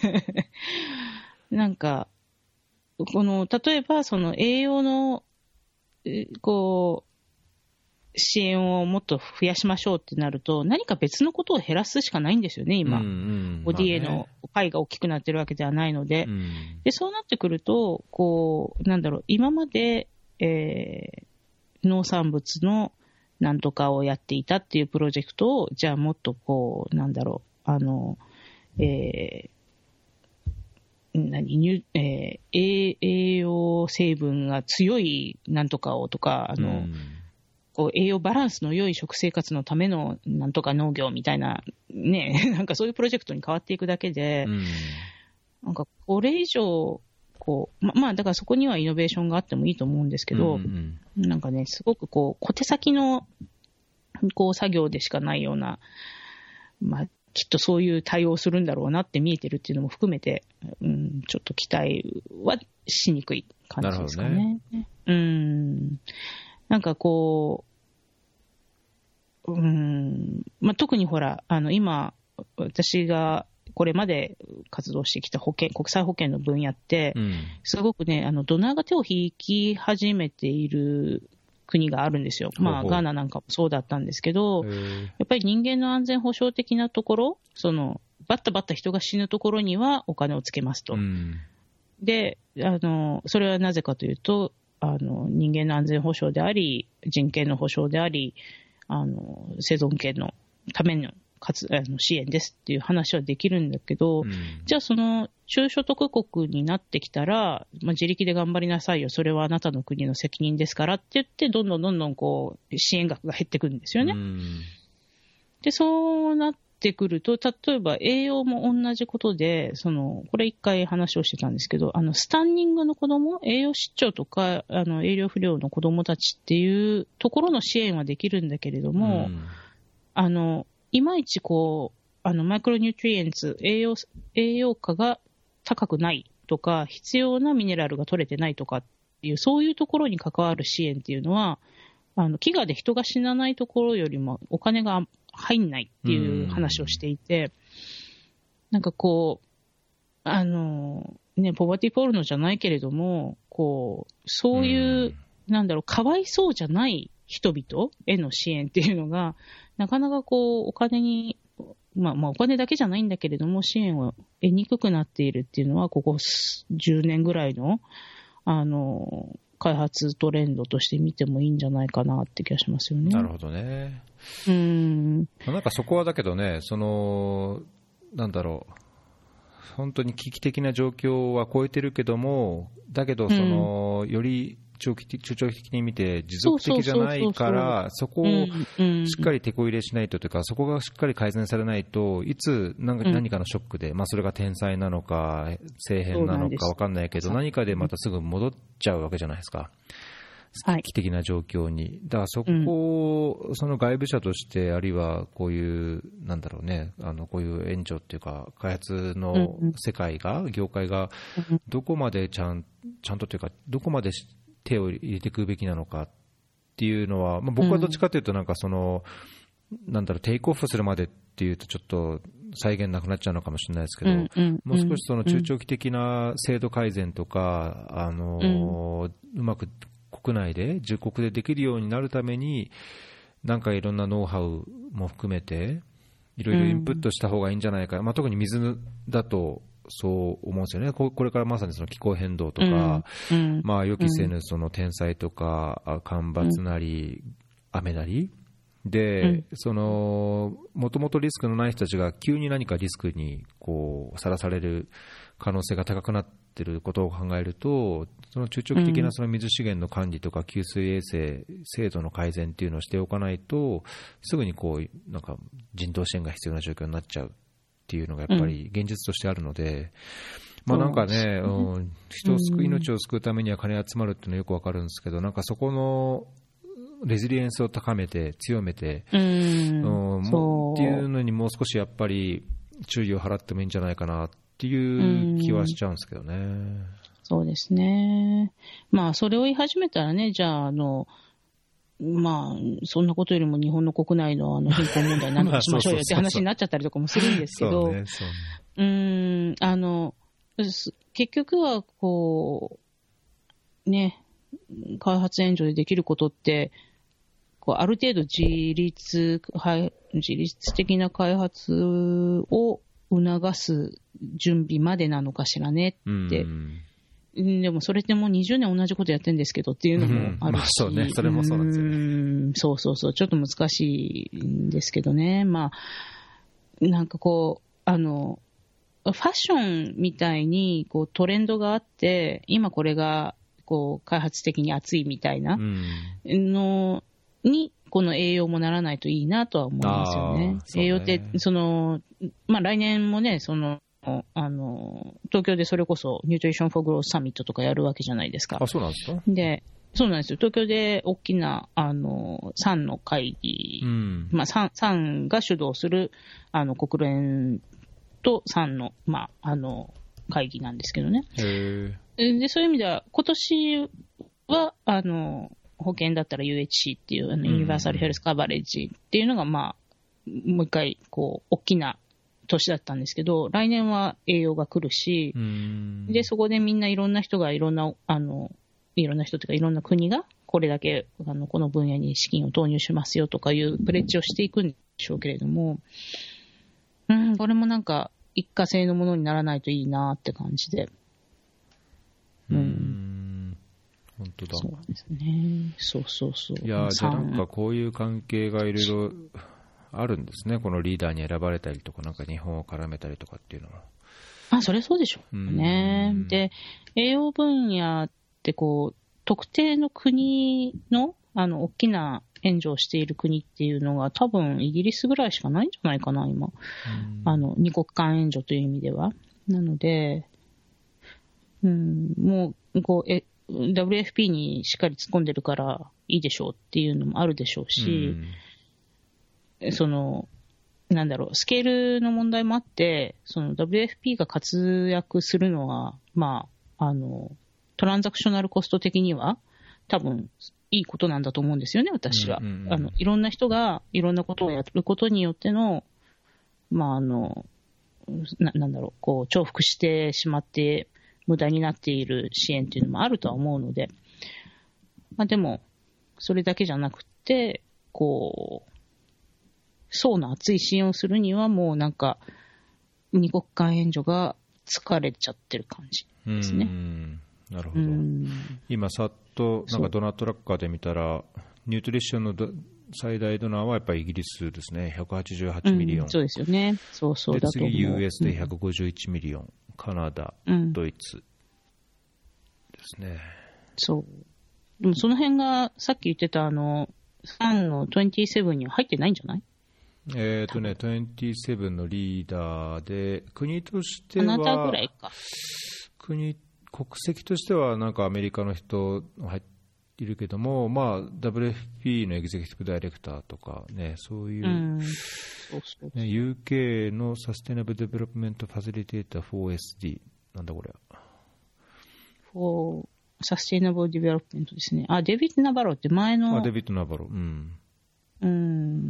なんか、この、例えば、その栄養の、こう、支援をもっと増やしましょうってなると、何か別のことを減らすしかないんですよね、今。うんうん、オーディーエー のパイが大きくなってるわけではないので。うん、で、そうなってくると、こう、なんだろう、今まで、えー、農産物のなんとかをやっていたっていうプロジェクトを、じゃあもっとこう、なんだろう、あの、えー、何、ニュえー、栄養成分が強いなんとかをとか、あの、うん、こう栄養バランスの良い食生活のためのなんとか農業みたいな、ね、なんかそういうプロジェクトに変わっていくだけで、うん、なんかこれ以上、こうま、まあだからそこにはイノベーションがあってもいいと思うんですけど、うんうん、なんかね、すごくこう小手先のこう作業でしかないような、まあきっとそういう対応をするんだろうなって見えてるっていうのも含めて、うん、ちょっと期待はしにくい感じですかね。ね、うん、なんかこう、うん、まあ特にほらあの今私がこれまで活動してきた保険、国際保険の分野って、うん、すごくね、あの、ドナーが手を引き始めている国があるんですよ。まあ、ガーナなんかもそうだったんですけど、やっぱり人間の安全保障的なところ、その、バッタバッタ人が死ぬところにはお金をつけますと。うん、で、あの、それはなぜかというと、あの、人間の安全保障であり、人権の保障であり、あの、生存権のための、かつあの支援ですっていう話はできるんだけど、うん、じゃあその中所得国になってきたら、まあ、自力で頑張りなさいよ、それはあなたの国の責任ですからって言って、どんどんどんどんこう支援額が減ってくるんですよね。うん、で、そうなってくると、例えば栄養も同じことで、そのこれ一回話をしてたんですけど、あのスタンディングの子供、栄養失調とかあの栄養不良の子供たちっていうところの支援はできるんだけれども、うん、あのいまいちこう、あの、マイクロニュートリエンツ、栄養、栄養価が高くないとか、必要なミネラルが取れてないとかっていう、そういうところに関わる支援っていうのは、あの、飢餓で人が死なないところよりもお金が入んないっていう話をしていて、なんかこう、あの、ね、ポバティポルノじゃないけれども、こう、そういう、なんだろう、かわいそうじゃない人々への支援っていうのが、なかなかこう、お金に、まあまあお金だけじゃないんだけれども、支援を得にくくなっているっていうのは、ここじゅうねんぐらいの、あの、開発トレンドとして見てもいいんじゃないかなって気がしますよね。 なるほどね。 うん。 なんかそこはだけどね、その、なんだろう、本当に危機的な状況は超えてるけども、だけどその、うん、より長期的、中長期的に見て持続的じゃないから、そこをしっかり手こ入れしないとというか、そこがしっかり改善されないと、いつ何か、何かのショックで、まあそれが天災なのか、政変なのか分かんないけど、何かでまたすぐ戻っちゃうわけじゃないですか。危機的な状況に。だからそこを、その外部者として、あるいはこういう、なんだろうね、あの、こういう援助っていうか、開発の世界が、業界が、どこまでちゃん、ちゃんとというか、どこまで手を入れていくべきなのかっていうのは、まあ、僕はどっちかというとなんかその、うん、なんだろうテイクオフするまでっていうとちょっと再現なくなっちゃうのかもしれないですけど、うんうん、もう少しその中長期的な制度改善とか、あのーうん、うまく国内で自国でできるようになるためになんかいろんなノウハウも含めていろいろインプットした方がいいんじゃないか、まあ、特に水だとそう思うんですよね。これからまさにその気候変動とか、うん、まあ予期せぬその天災とか干ばつなり、うん、雨なりで、うん、そのもともとリスクのない人たちが急に何かリスクにこうさらされる可能性が高くなっってることを考えると、その中長期的なその水資源の管理とか給水衛生制度の改善っていうのをしておかないと、すぐにこうなんか人道支援が必要な状況になっちゃうっていうのがやっぱり現実としてあるので、うん、まあなんかね、うん、人を救う、命を救うためには金集まるっていうのはよくわかるんですけど、なんかそこのレジリエンスを高めて強めて、うんうん、もっていうのにもう少しやっぱり注意を払ってもいいんじゃないかなっていう気はしちゃうんですけどね。うん、 そうですね。まあそれを言い始めたらね、じゃああのまあそんなことよりも日本の国内のあの貧困問題何とかしましょうよって話になっちゃったりとかもするんですけど、うーんあの結局はこうね、開発援助でできることってこうある程度自立自立的な開発を促す準備までなのかしらねって。でもそれってもうにじゅうねん同じことやってるんですけどっていうのもあるし、うん、まあそうね、それもそうなんですよね。 うん、そうそうそう、ちょっと難しいんですけどね。まあなんかこうあのファッションみたいにこうトレンドがあって、今これがこう開発的に熱いみたいなのにこの栄養もならないといいなとは思いますよね。ね、栄養ってそのまあ来年もね、そのあの東京でそれこそニュートリション・フォー・グロース・サミットとかやるわけじゃないですか。 あ、そうなんですか。 で、そうなんですよ。東京で大きなあのサンの会議、うん、まあサン、サンが主導するあの国連とサンのまああの会議なんですけどね。 へでそういう意味では今年はあの保険だったら ユーエイチシー っていうあのユニバーサルヘルスカバレッジっていうのがまあもう一回こう大きな年だったんですけど、来年は栄養が来るし、でそこでみんないろんな人がいろんなあのいろんな人というかいろんな国がこれだけあのこの分野に資金を投入しますよとかいうプレッジをしていくんでしょうけれども、うん、これもなんか一過性のものにならないといいなって感じで、 うん、うん本当だ。 そうですね。そうそうそう。 いやじゃあなんかこういう関係がいろいろあるんですね。このリーダーに選ばれたりとか、なんか日本を絡めたりとかっていうのは。 あ、それそうでしょうね。で、栄養分野ってこう特定の国のあの大きな援助をしている国っていうのが多分イギリスぐらいしかないんじゃないかな今。あの二国間援助という意味では。なので、うん、もうこうえ ダブリューエフピー にしっかり突っ込んでるからいいでしょうっていうのもあるでしょうし。うそのなんだろうスケールの問題もあって、その ダブリューエフピー が活躍するのは、まあ、あのトランザクショナルコスト的には多分いいことなんだと思うんですよね、私は。うんうんうん、あのいろんな人がいろんなことをやることによっての、まああのな、なんだろうこう重複してしまって無駄になっている支援というのもあるとは思うので、まあ、でもそれだけじゃなくてこう層の厚い支援をするにはもうなんか二国間援助が疲れちゃってる感じですね。 うんなるほど。今さっとなんかドナートラッカーで見たらニュートリションの最大ドナーはやっぱりイギリスですね。ひゃくはちじゅうはちミリオン、 うん、そうですよね。そうそうだと思う。 で次 ユーエス でひゃくごじゅういちミリオン、うん、カナダ、ドイツですね。 そうでもその辺がさっき言ってたあのサンのにじゅうななには入ってないんじゃない？ えーとね、にじゅうななのリーダーで、国としては、 あなたぐらいか。 国、国籍としてはなんかアメリカの人入っているけども、まあ、ダブリューエフピー のエグゼクティブダイレクターとかね、そういう、うんそうそうそうね、ユーケー のサステナブルデベロップメントファシリテーター フォーエスディー、なんだこれ。 フォーサステナブルデベロップメントですね。あ、デビッド・ナバロって前の。 あ、デビッド・ナバロ、うん。 うん、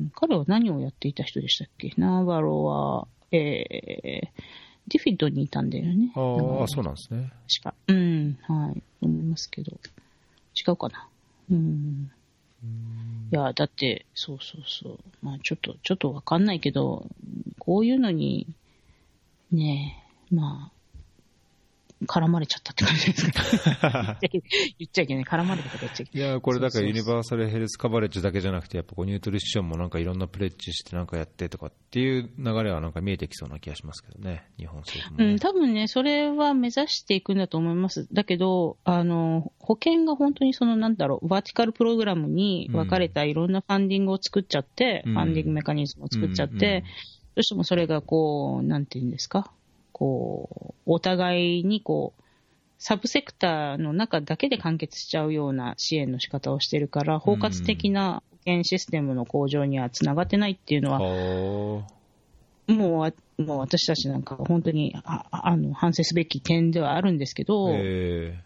彼は何をやっていた人でしたっけ？ナーバロは、えー、ディフィッドにいたんだよね。 ああ、そうなんですね。 確か。うん、はい、思いますけど。違うかな。うん。うんいや、だって、そうそうそう。まあ、ちょっと、ちょっとわかんないけど、こういうのに、ねえ、まあ、 絡まれちゃったって感じですか言っちゃいけない、絡まれたとか言っちゃいけない。 いやこれだからユニバーサルヘルスカバレッジだけじゃなくてやっぱこうニュートリションもなんかいろんなプレッジしてなんかやってとかっていう流れはなんか見えてきそうな気がしますけどね、日本政府も、ね、 うん、多分ねそれは目指していくんだと思います。だけどあの保険が本当にそのなんだろうバーティカルプログラムに分かれたいろんなファンディングを作っちゃって、うん、ファンディングメカニズムを作っちゃって、うんうん、どうしてもそれがこうなんていうんですかこうお互いにこうサブセクターの中だけで完結しちゃうような支援の仕方をしてるから包括的な保険システムの向上にはつながってないっていうのは、うん、もう、もう私たちなんか本当にああの反省すべき点ではあるんですけど、うん、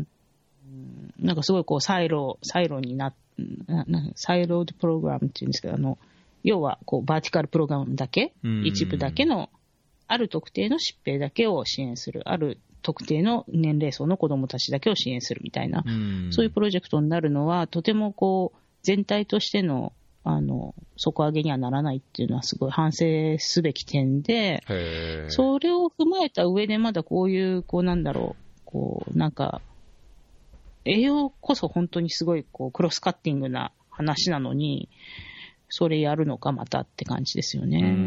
なんかすごいこうサイロサイロにななサイロードプログラムっていうんですけどあの要はこうバーティカルプログラムだけ、一部だけのある特定の疾病だけを支援する、ある特定の年齢層の子どもたちだけを支援するみたいな、うん、そういうプロジェクトになるのはとてもこう全体としてのあの底上げにはならないっていうのはすごい反省すべき点で、それを踏まえた上でまだこういうこうなんだろうこうなんか栄養こそ本当にすごいこうクロスカッティングな話なのにそれやるのかまたって感じですよね。うーん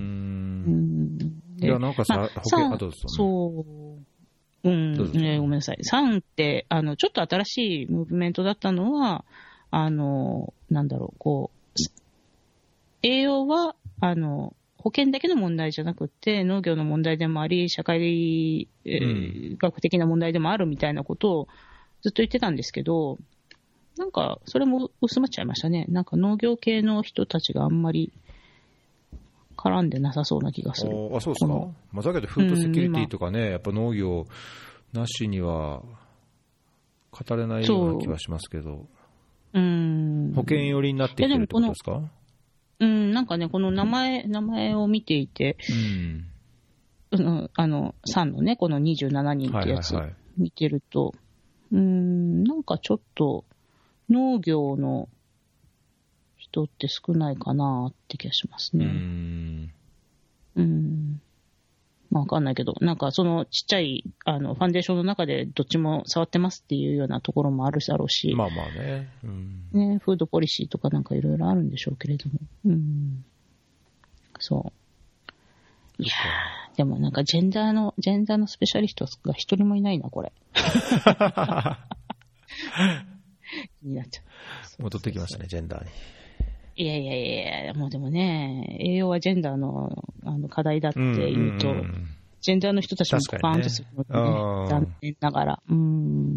いやなんかさ、まあ、保険あどうぞ、ね、 そううん、ね、ごめんなさい。サンって、あの、ちょっと新しいムーブメントだったのは、あの、なんだろう、こう、栄養は、あの、保険だけの問題じゃなくて、農業の問題でもあり、社会、えーうん、学的な問題でもあるみたいなことをずっと言ってたんですけど、なんか、それも薄まっちゃいましたね。なんか農業系の人たちがあんまり、絡んでなさそうな気がする。 ああ、そうですか。まあ、だけどフードセキュリティとかね、うん、やっぱ農業なしには語れないような気はしますけど、うん、保険寄りになってきてるってことですか？ うん、なんかね、この名前、名前を見ていて、うん、あの、さんのね、このにじゅうななにんってやつ見てると、はいはいはい、うん、なんかちょっと農業の人って少ないかなって気がしますね。うーん。うん。まあわかんないけど、なんかそのちっちゃいあのファンデーションの中でどっちも触ってますっていうようなところもあるだろうし。 まあまあね。うん。 ね、フードポリシーとかなんかいろいろあるんでしょうけれども。うん。そう。いやー、でもなんかジェンダーの、ジェンダーのスペシャリストが一人もいないな、これ。気になっちゃう。 戻ってきましたね、ジェンダーに。 いやいやいや、もうでもね、栄養はジェンダーの、あの課題だって言うと、うんうんうん、ジェンダーの人たちもパーンとするので、ね、残念ながら、うん、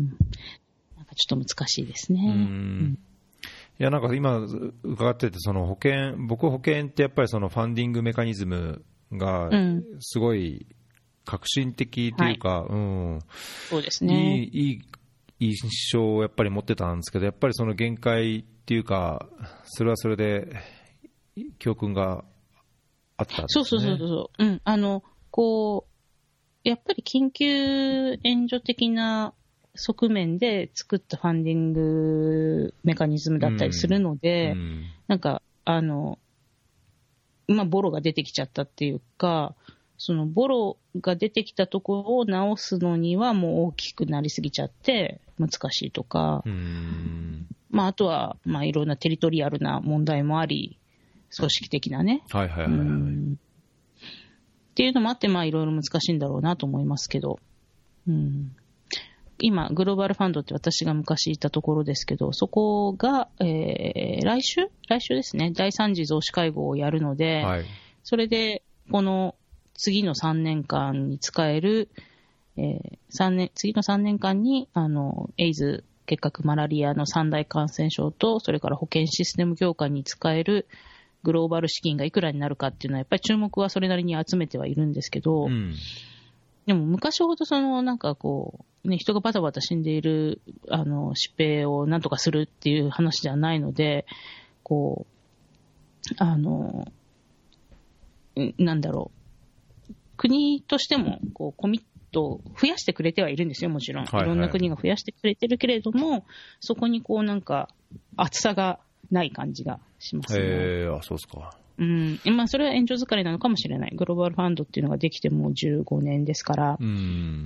なんかちょっと難しいですね。うんうん、 いやなんか今伺っててその保険、僕保険ってやっぱりそのファンディングメカニズムがすごい革新的というか、うん、 そうですね。 いい、いい印象をやっぱり持ってたんですけど、やっぱりその限界っていうか、それはそれで教訓があったんですね。 そうそうそうそう、うん、あのこうやっぱり緊急援助的な側面で作ったファンディングメカニズムだったりするので、うんうん、なんかあの、まあ、ボロが出てきちゃったっていうか、そのボロが出てきたところを直すのにはもう大きくなりすぎちゃって難しいとか、うーん、まあ、あとはまあいろんなテリトリアルな問題もあり、組織的なね、 はいはいはいはい、うんっていうのもあって、まあいろいろ難しいんだろうなと思いますけど、うん、今グローバルファンドって私が昔いたところですけど、そこが、えー、来週来週ですね、だいさん次増資会合をやるので、はい、それでこの次のさんねんかんに使える、えー、さんねん次のさんねんかんにあのエイズ、結核、マラリアの三大感染症と、それから保健システム強化に使えるグローバル資金がいくらになるかっていうのはやっぱり注目はそれなりに集めてはいるんですけど、うん、でも昔ほどそのなんかこう、ね、人がバタバタ死んでいるあの疾病をなんとかするっていう話ではないので、こうあのなんだろう、国としてもこうコミットを増やしてくれてはいるんですよ、もちろん、はいはい、いろんな国が増やしてくれてるけれども、そこにこうなんか厚さがない感じがしますね。 へー、あ、そうですか。 うん、まあそれは援助疲れなのかもしれない。グローバルファンドっていうのができてもうじゅうごねんですから、うん、う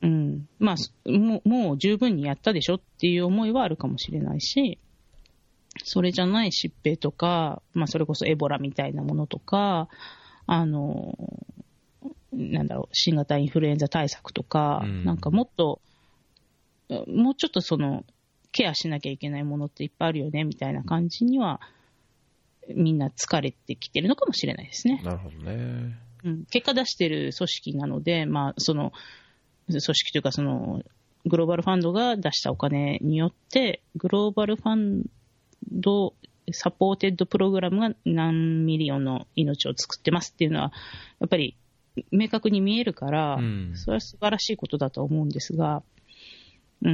うん、まあもう、もう十分にやったでしょっていう思いはあるかもしれないし、それじゃない疾病とか、まあ、それこそエボラみたいなものとか、あの、なんだろう、新型インフルエンザ対策とか、うん、なんかもっと、もうちょっとその、ケアしなきゃいけないものっていっぱいあるよね、みたいな感じには、みんな疲れてきてるのかもしれないですね。 なるほどね。 うん、結果出してる組織なので、まあ、その、組織というか、その、グローバルファンドが出したお金によって、グローバルファンドサポーテッドプログラムが何ミリオンの命を作ってますっていうのは、やっぱり明確に見えるから、うん、それは素晴らしいことだと思うんですが、うん、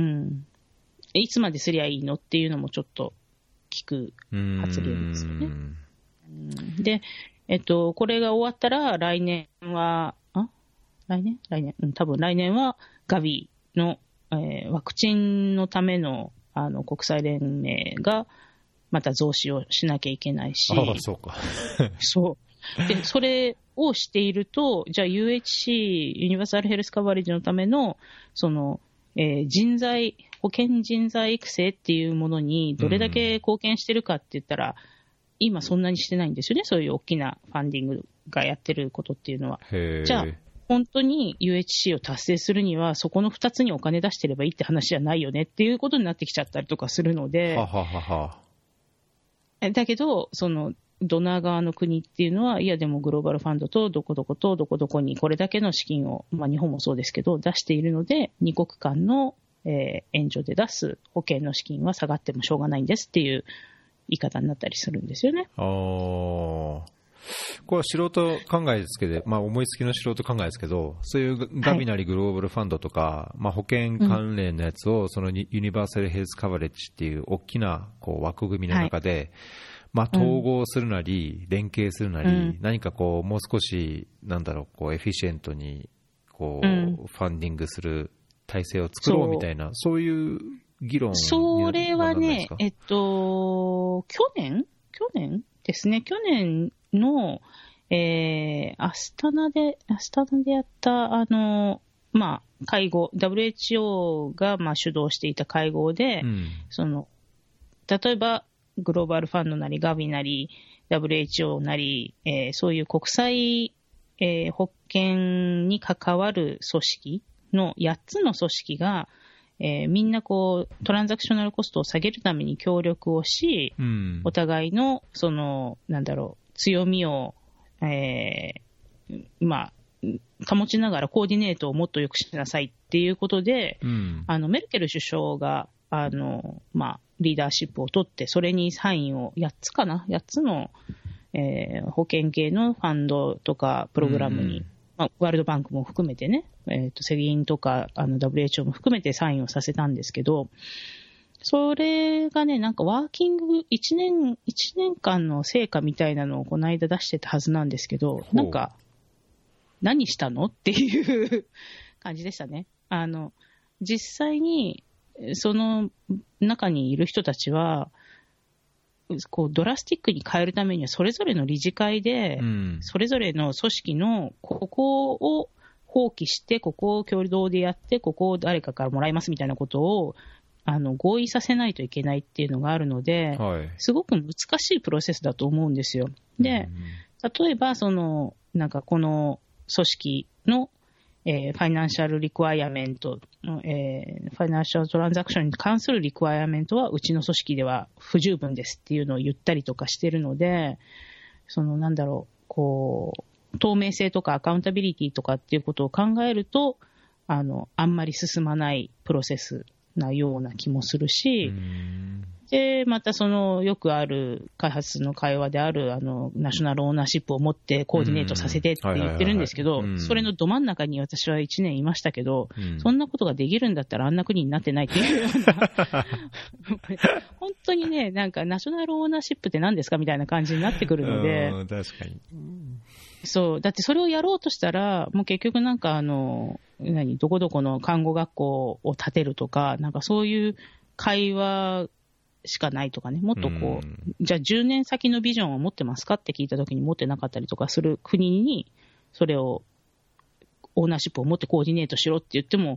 いつまですりゃいいのっていうのもちょっと聞く発言ですよね。うんで、えっと、これが終わったら来年は、あ来年来年、うん、多分来年はガビの、えー、ワクチンのための、あの国際連盟がまた増資をしなきゃいけないし、 ああ、そうか。 そうで、それをしていると、じゃあ ユーエイチシー、ユニバーサルヘルスカバレッジのための、その、えー、人材、保険人材育成っていうものにどれだけ貢献してるかって言ったら、うん、今そんなにしてないんですよね、そういう大きなファンディングがやってることっていうのは。じゃあ、本当に ユーエイチシー を達成するには、そこのふたつにお金出してればいいって話じゃないよねっていうことになってきちゃったりとかするので、 ははははだけど、そのドナー側の国っていうのは、いやでもグローバルファンドとどこどことどこどこにこれだけの資金を、まあ、日本もそうですけど、出しているので、二国間の、えー、援助で出す保険の資金は下がってもしょうがないんですっていう言い方になったりするんですよね。 あー、これは素人考えですけど、まあ、思いつきの素人考えですけど、そういうガビなりグローバルファンドとか、はい、まあ、保険関連のやつを、そのユニバーサルヘルスカバレッジっていう大きなこう枠組みの中で、はい、まあ、統合するなり、連携するなり、うん、何かこうもう少しなんだろう、こうエフィシエントにこう、うん、ファンディングする体制を作ろうみたいな、そう、そういう議論にそれはね、えっと、去年去年ですね、去年の、えー、アスタナで、アスタナでやった、あの、まあ、会合、ダブリューエイチオー が、まあ、主導していた会合で、うん、その、例えば、グローバルファンドなり、ガビなり、ダブリューエイチオー なり、えー、そういう国際、えー、保険に関わる組織のやっつの組織が、えー、みんなこうトランザクショナルコストを下げるために協力をし、うん、お互いのそのなんだろう強みを、えー、まあ保ちながらコーディネートをもっと良くしなさいっていうことで、うん、あのメルケル首相があの、まあ、リーダーシップを取ってそれにサインをやっつかなやっつの、えー、保険系のファンドとかプログラムに、うんまあ、ワールドバンクも含めてね、えー、と世銀とかあの ダブリューエイチオー も含めてサインをさせたんですけど、それがね、なんかワーキングいちねん、いちねんかんの成果みたいなのをこの間出してたはずなんですけど、なんか、何したのっていう感じでしたね。あの、実際に、その中にいる人たちは、こうドラスティックに変えるためにはそれぞれの理事会で、うん、それぞれの組織のここを放棄してここを共同でやってここを誰かからもらいますみたいなことをあの合意させないといけないっていうのがあるので、はい、すごく難しいプロセスだと思うんですよ。で、例えばそのなんかこの組織のえー、ファイナンシャルリクワイアメントの、えー、ファイナンシャルトランザクションに関するリクワイアメントはうちの組織では不十分ですっていうのを言ったりとかしてるので、そのなんだろう、こう、透明性とかアカウンタビリティとかっていうことを考えると、あの、あんまり進まないプロセスなような気もするし、で、またそのよくある開発の会話であるあのナショナルオーナーシップを持ってコーディネートさせてって言ってるんですけど、それのど真ん中に私はいちねんいましたけど、うん、そんなことができるんだったらあんな国になってないっていうような本当にね、なんかナショナルオーナーシップって何ですかみたいな感じになってくるので、 確かに。 そう、だってそれをやろうとしたら、もう結局なんかあの、何、どこどこの看護学校を建てるとか、なんかそういう会話しかないとかね、もっとこう、うん、じゃあじゅうねん先のビジョンを持ってますかって聞いたときに持ってなかったりとかする国に、それを、オーナーシップを持ってコーディネートしろって言っても、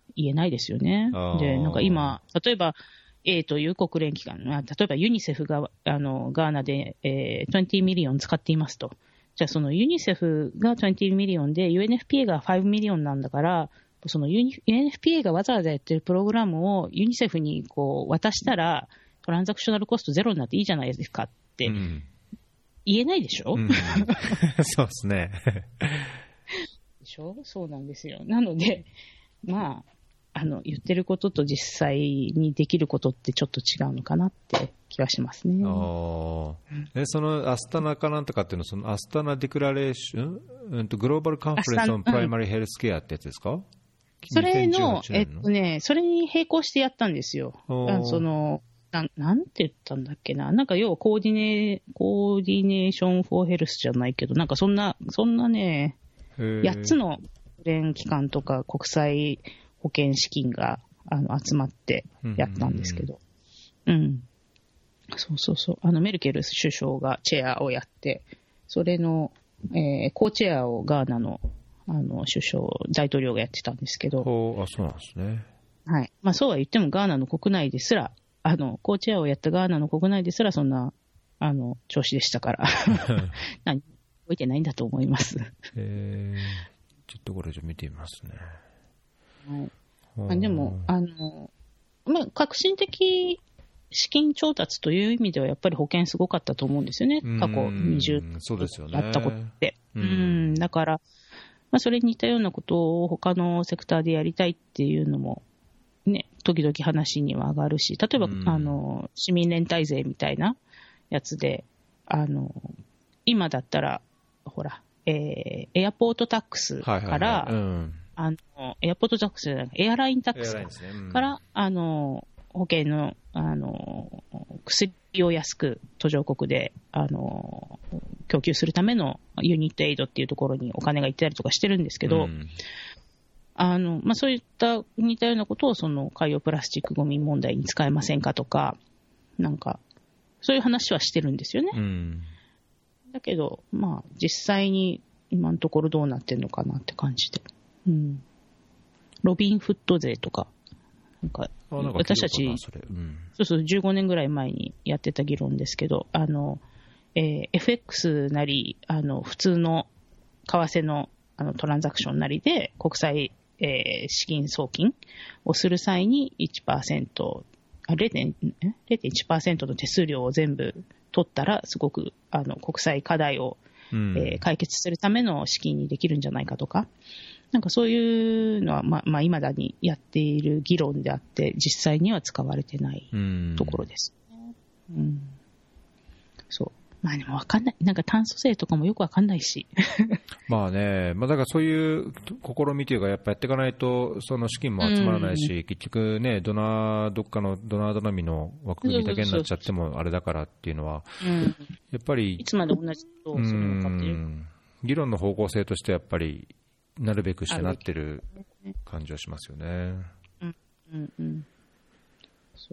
言えないですよね。で、なんか今、例えば、A という国連機関、例えばユニセフがあのガーナで、えー、にじゅうミリオン使っていますと。じゃあそのユニセフがにじゅうミリオンで ユーエヌエフピーエー がごミリオンなんだから、その ユーエヌエフピーエー がわざわざやってるプログラムをユニセフにこう渡したらトランザクショナルコストゼロになっていいじゃないですかって言えないでしょ、うんうん、 そうですね。 でしょ？そうなんですよ。なので、まあ、あの言ってることと実際にできることってちょっと違うのかなって気はしますね。 あえそのアスタナかなんとかっていうのはそのアスタナディクラレーション、うん、とグローバルカンファレンスオンプライマリーヘルスケアってやつですか？ それの、えっとね、それに並行してやったんですよ。そのな、なんて言ったんだっけな。なんか要はコーディネ、コーディネーションフォーヘルスじゃないけど、なんかそんな、そんなね、やっつの国連機関とか国際保険資金があの集まってやったんですけど、うん、うんうん、そうそうそう、あのメルケル首相がチェアをやって、それの、えー、コーチェアをガーナのあの首相、大統領がやってたんですけど、 あ、そうなんですね。はい。 まあそうは言ってもガーナの国内ですら、あのコーチェアをやったガーナの国内ですらそんなあの調子でしたから、何置いてないんだと思います。 えー、ちょっとこれじゃ見てみますね。 はい、でも、あの、まあ、革新的資金調達という意味では、やっぱり保険すごかったと思うんですよね、過去にじゅうねんやったことって。うん、うんだから、まあ、それに似たようなことを他のセクターでやりたいっていうのも、ね、時々話には上がるし、例えば、あの市民連帯税みたいなやつで、あの今だったら、ほら、えー、エアポートタックスから、はいはいはいうんあのエアポートタックスじゃない、エアラインタックスか、ねうん、からあの保険の、あの薬を安く途上国であの供給するためのユニットエイドっていうところにお金が行ったりとかしてるんですけど、うんあのまあ、そういった似たようなことをその海洋プラスチックゴミ問題に使えませんかとか、なんかそういう話はしてるんですよね。うん、だけど、まあ、実際に今のところどうなってるのかなって感じで。うん、ロビンフット税とか、なんか私たち、それ、うん、そうそう、じゅうごねんぐらい前にやってた議論ですけど、あの、えー、エフエックス なり、あの普通の為替の、あのトランザクションなりで国際、えー、資金送金をする際に いちパーセント、あ ゼロてんいちパーセント の手数料を全部取ったら、すごくあの国際課題を、うんえー、解決するための資金にできるんじゃないかとか。なんかそういうのは、まあ、まあ、未だにやっている議論であって、実際には使われてないところです。うん。うん、そう。まあでもわかんない。なんか炭素税とかもよくわかんないし。 まあね、まあだからそういう試みというか、やっぱやっていかないと、その資金も集まらないし、うん、結局ね、ドナー、どっかのドナー頼みの枠組みだけになっちゃってもあれだからっていうのは、うん、やっぱり。 いつまで同じことをするのかっていう。 議論の方向性としてやっぱり、なるべくしてなってる感じはしますよね。 うんうんうん。そう。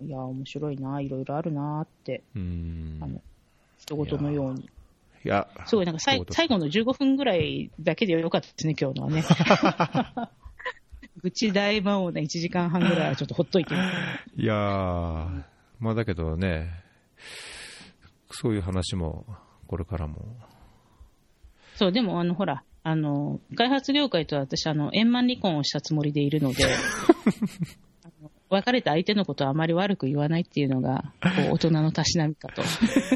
いや面白いな、いろいろあるなって。うん。あの人事のように。いや。すごいなんかさい最後のじゅうごふんぐらいだけでよかったですね今日のはね。愚痴大魔王な、いちじかんはんぐらいはちょっとほっといて。 いやー、まあだけどね、そういう話もこれからも。 そうでもあのほら。あの開発業界とは私あの円満離婚をしたつもりでいるのであの別れた相手のことはあまり悪く言わないっていうのがこう大人のたしなみかと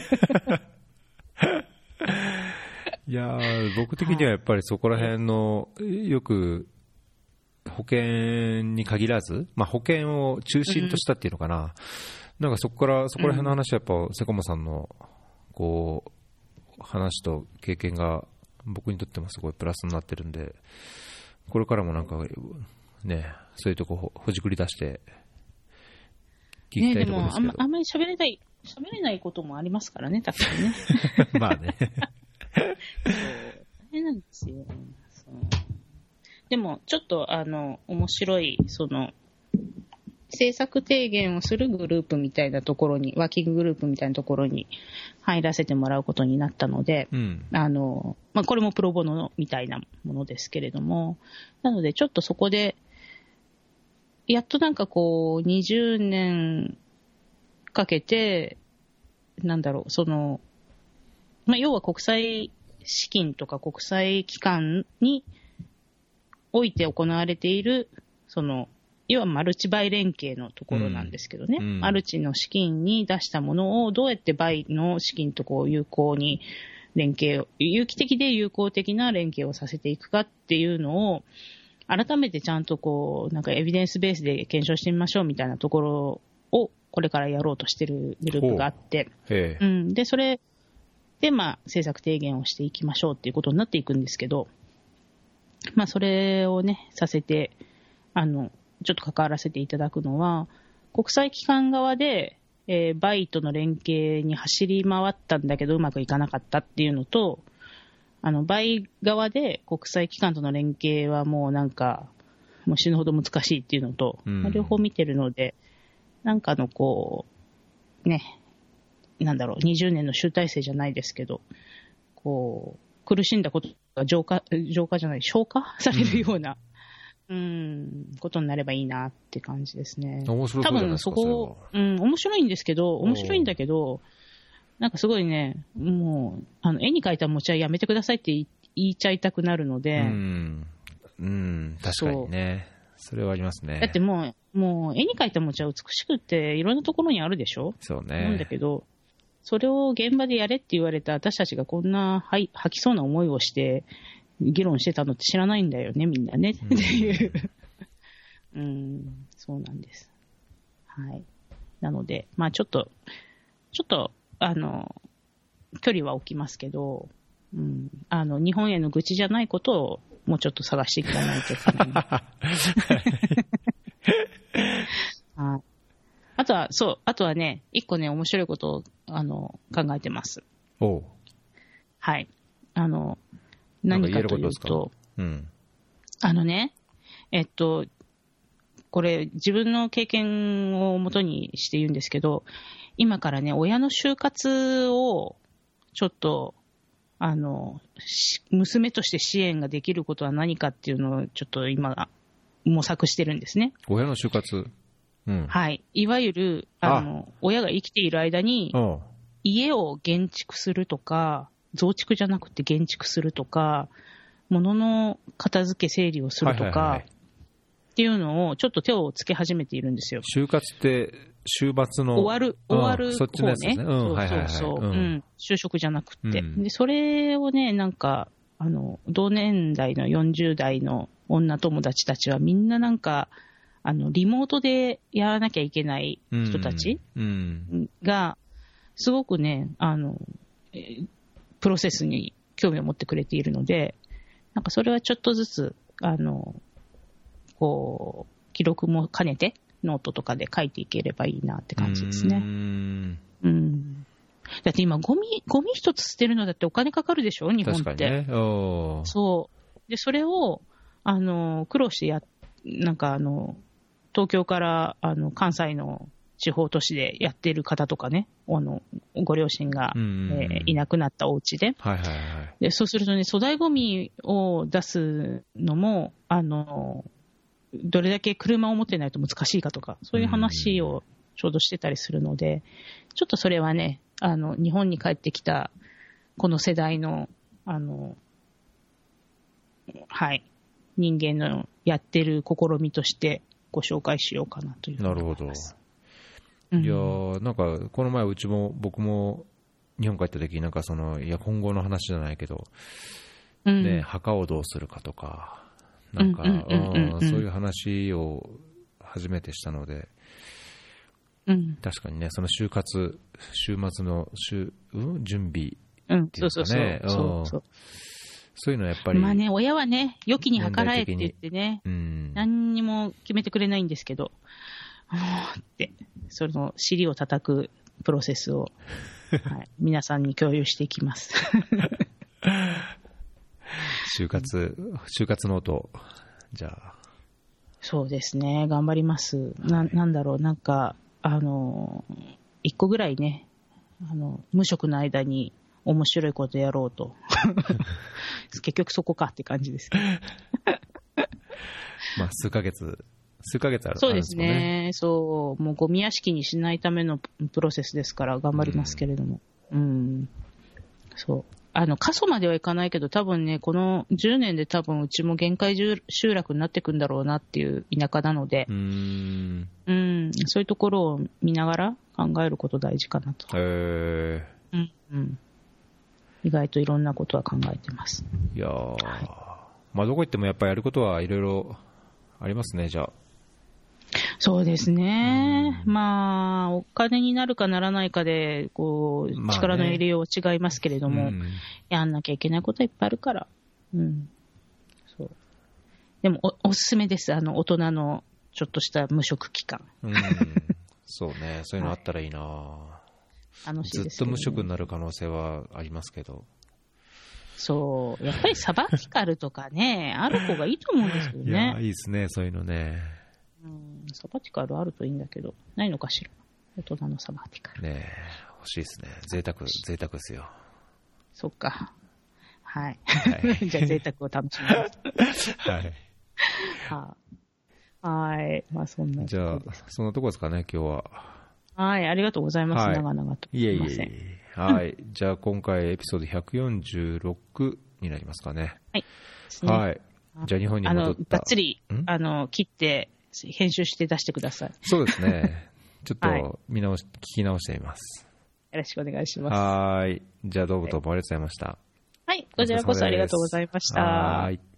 いや僕的にはやっぱりそこら辺のよく保険に限らず、まあ、保険を中心としたっていうのかな、うん、なんかそこからそこら辺の話はやっぱセコモさんのこう話と経験が僕にとってもすごいプラスになってるんで、これからもなんかね、そういうとこほじくり出して聞きたいところですけど、ね、でもあんま、 あんまり喋れない喋れないこともありますからね、たくさんね。 まあね。 そう大変なんですよ。そうでもちょっとあの面白いその政策提言をするグループみたいなところに、ワーキンググループみたいなところに入らせてもらうことになったので、うん、あのまあ、これもプロボノみたいなものですけれども、なのでちょっとそこでやっとなんかこう、にじゅうねんかけて、なんだろう、その、まあ、要は国際資金とか国際機関において行われている、その、要はマルチバイ連携のところなんですけどね、うん、マルチの資金に出したものをどうやってバイの資金とこう有効に連携を、有機的で有効的な連携をさせていくかっていうのを、改めてちゃんとこう、なんかエビデンスベースで検証してみましょうみたいなところをこれからやろうとしてるグループがあって、うん、で、それでまあ政策提言をしていきましょうっていうことになっていくんですけど、まあそれをね、させて、あの、ちょっと関わらせていただくのは、国際機関側で、えー、バイとの連携に走り回ったんだけどうまくいかなかったっていうのと、あの、バイ側で国際機関との連携はもうなんか、もう死ぬほど難しいっていうのと、うん、両方見てるので、なんかのこう、ね、なんだろう、にじゅうねんの集大成じゃないですけど、こう、苦しんだことが浄化、浄化じゃない、消化されるような、うん、うんことになればいいなって感じですね。 面白そうじゃないですか。多分そこ、 うん、面白いんですけど、面白いんだけど、なんかすごいね、もう、あの、絵に描いた餅はやめてくださいって言いちゃいたくなるので。 うん。うん、確かにね。それはありますね。 だってもう、もう、絵に描いた餅は美しくっていろんなところにあるでしょ？ そうね。 なんだけど、それを現場でやれって言われた私たちがこんな吐きそうな思いをして議論してたのって知らないんだよね、みんなね。っていう。うん、そうなんです。はい。なので、まあちょっと、ちょっと、あの、距離は置きますけど、うん、あの、日本への愚痴じゃないことをもうちょっと探していかないといけない。あとは、そう、あとはね、一個ね、面白いことを、あの、考えてます。 おう。 はい。あの、何かというと、 うん、 あのね、えっと、これ、自分の経験をもとにして言うんですけど、今からね、親の就活を、ちょっと、あの、娘として支援ができることは何かっていうのを、ちょっと今、模索してるんですね。 親の就活、うん、 はい。いわゆる、あの、あ親が生きている間に、家を減築するとか、増築じゃなくて減築するとか、物の片付け整理をするとか、はいはいはい、っていうのをちょっと手をつけ始めているんですよ。 就活って週末の終わる終わる方ね。 そっちのやつですね。 そうそうそう。うん。就職じゃなくて、うん、でそれをねなんかあの同年代のよんじゅう代の女友達たちはみんななんかあのリモートでやらなきゃいけない人たちがすごくねあのプロセスに興味を持ってくれているので、なんかそれはちょっとずつあのこう記録も兼ねてノートとかで書いていければいいなって感じですね。うーんうん。だって今ゴミゴミ一つ捨てるのだってお金かかるでしょ日本って。 確かにね。おそうでそれをあの苦労してやなんかあの東京からあの関西の地方都市でやっている方とかね、あのご両親が、えー、いなくなったお家で、 はいはいはい、 でそうするとね粗大ゴミを出すのもあのどれだけ車を持ってないと難しいかとか、そういう話をちょうどしてたりするので、ちょっとそれはね、あの、日本に帰ってきた、この世代の、あの、はい、人間のやってる試みとしてご紹介しようかなというふうに思います。 なるほど。いや、なんか、この前うちも、僕も日本帰った時になんかその、いや、今後の話じゃないけど、うん、ね、墓をどうするかとか、なんか、そういう話を初めてしたので、うん、確かにね、その就活、週末の週、うん、準備っていうかね、うん、そうそうそうそうそういうのはやっぱり、 まあね、親はね、良きに計らえって言ってね、うん、何にも決めてくれないんですけど、って、その尻を叩くプロセスを、はい、皆さんに共有していきます。 就活、就活ノート、じゃあ。 そうですね、頑張ります。な、なんだろう、なんか、あの、一個ぐらいね、あの、無職の間に面白いことやろうと。結局そこかって感じですけど。 まあ、数ヶ月数ヶ月あるそうですあるんですもんね。そう。もうゴミ屋敷にしないためのプロセスですから頑張りますけれども。うん。うんそう。あの、過疎まではいかないけど、多分ね、このじゅうねんで多分うちも限界集落になっていくんだろうなっていう田舎なので、 うーん。 うん、そういうところを見ながら考えること大事かなと。 へー。 うんうん。意外といろんなことは考えてます。 いやー、まあどこ行ってもやっぱりやることはいろいろありますね、じゃあ。 そうですね。まあ、お金になるかならないかで、こう、 まあね力の入れよう違いますけれども、 うんやんなきゃいけないことはいっぱいあるから。うん。そう。でもお、おすすめです。あの、大人のちょっとした無職期間。 うんそうね、そういうのあったらいいな、は楽しいずっですけどね、 と無職になる可能性はありますけど。 そう。やっぱりサバティカルとかね、ある方がいいと思うんですけどいやね。 いいですね、そういうのね。 うん、サバティカルあるといいんだけど、ないのかしら。大人のサバティカル。 ね欲しいですね。贅沢、贅沢ですよ。 そっか。はい。 はいじゃあ贅沢を楽しみます。 はい。 ははい。まあそんなじゃあ、そんなとこですかね、今日は。 はい。ありがとうございます。 はい長々と。 いえいえすいません。 いえ。はい。じゃあ今回エピソードひゃくよんじゅうろくになりますかね。 はい。ですねはい。じゃあ日本にあの、 戻った。 がっつりん、 あの、切って、編集して出してください。 そうですね。ちょっはいと見直し、聞き直してみます。 よろしくお願いします。 はーい。じゃあどうもどうもありがとうございました。 はい。こちらこそありがとうございました。 はーい。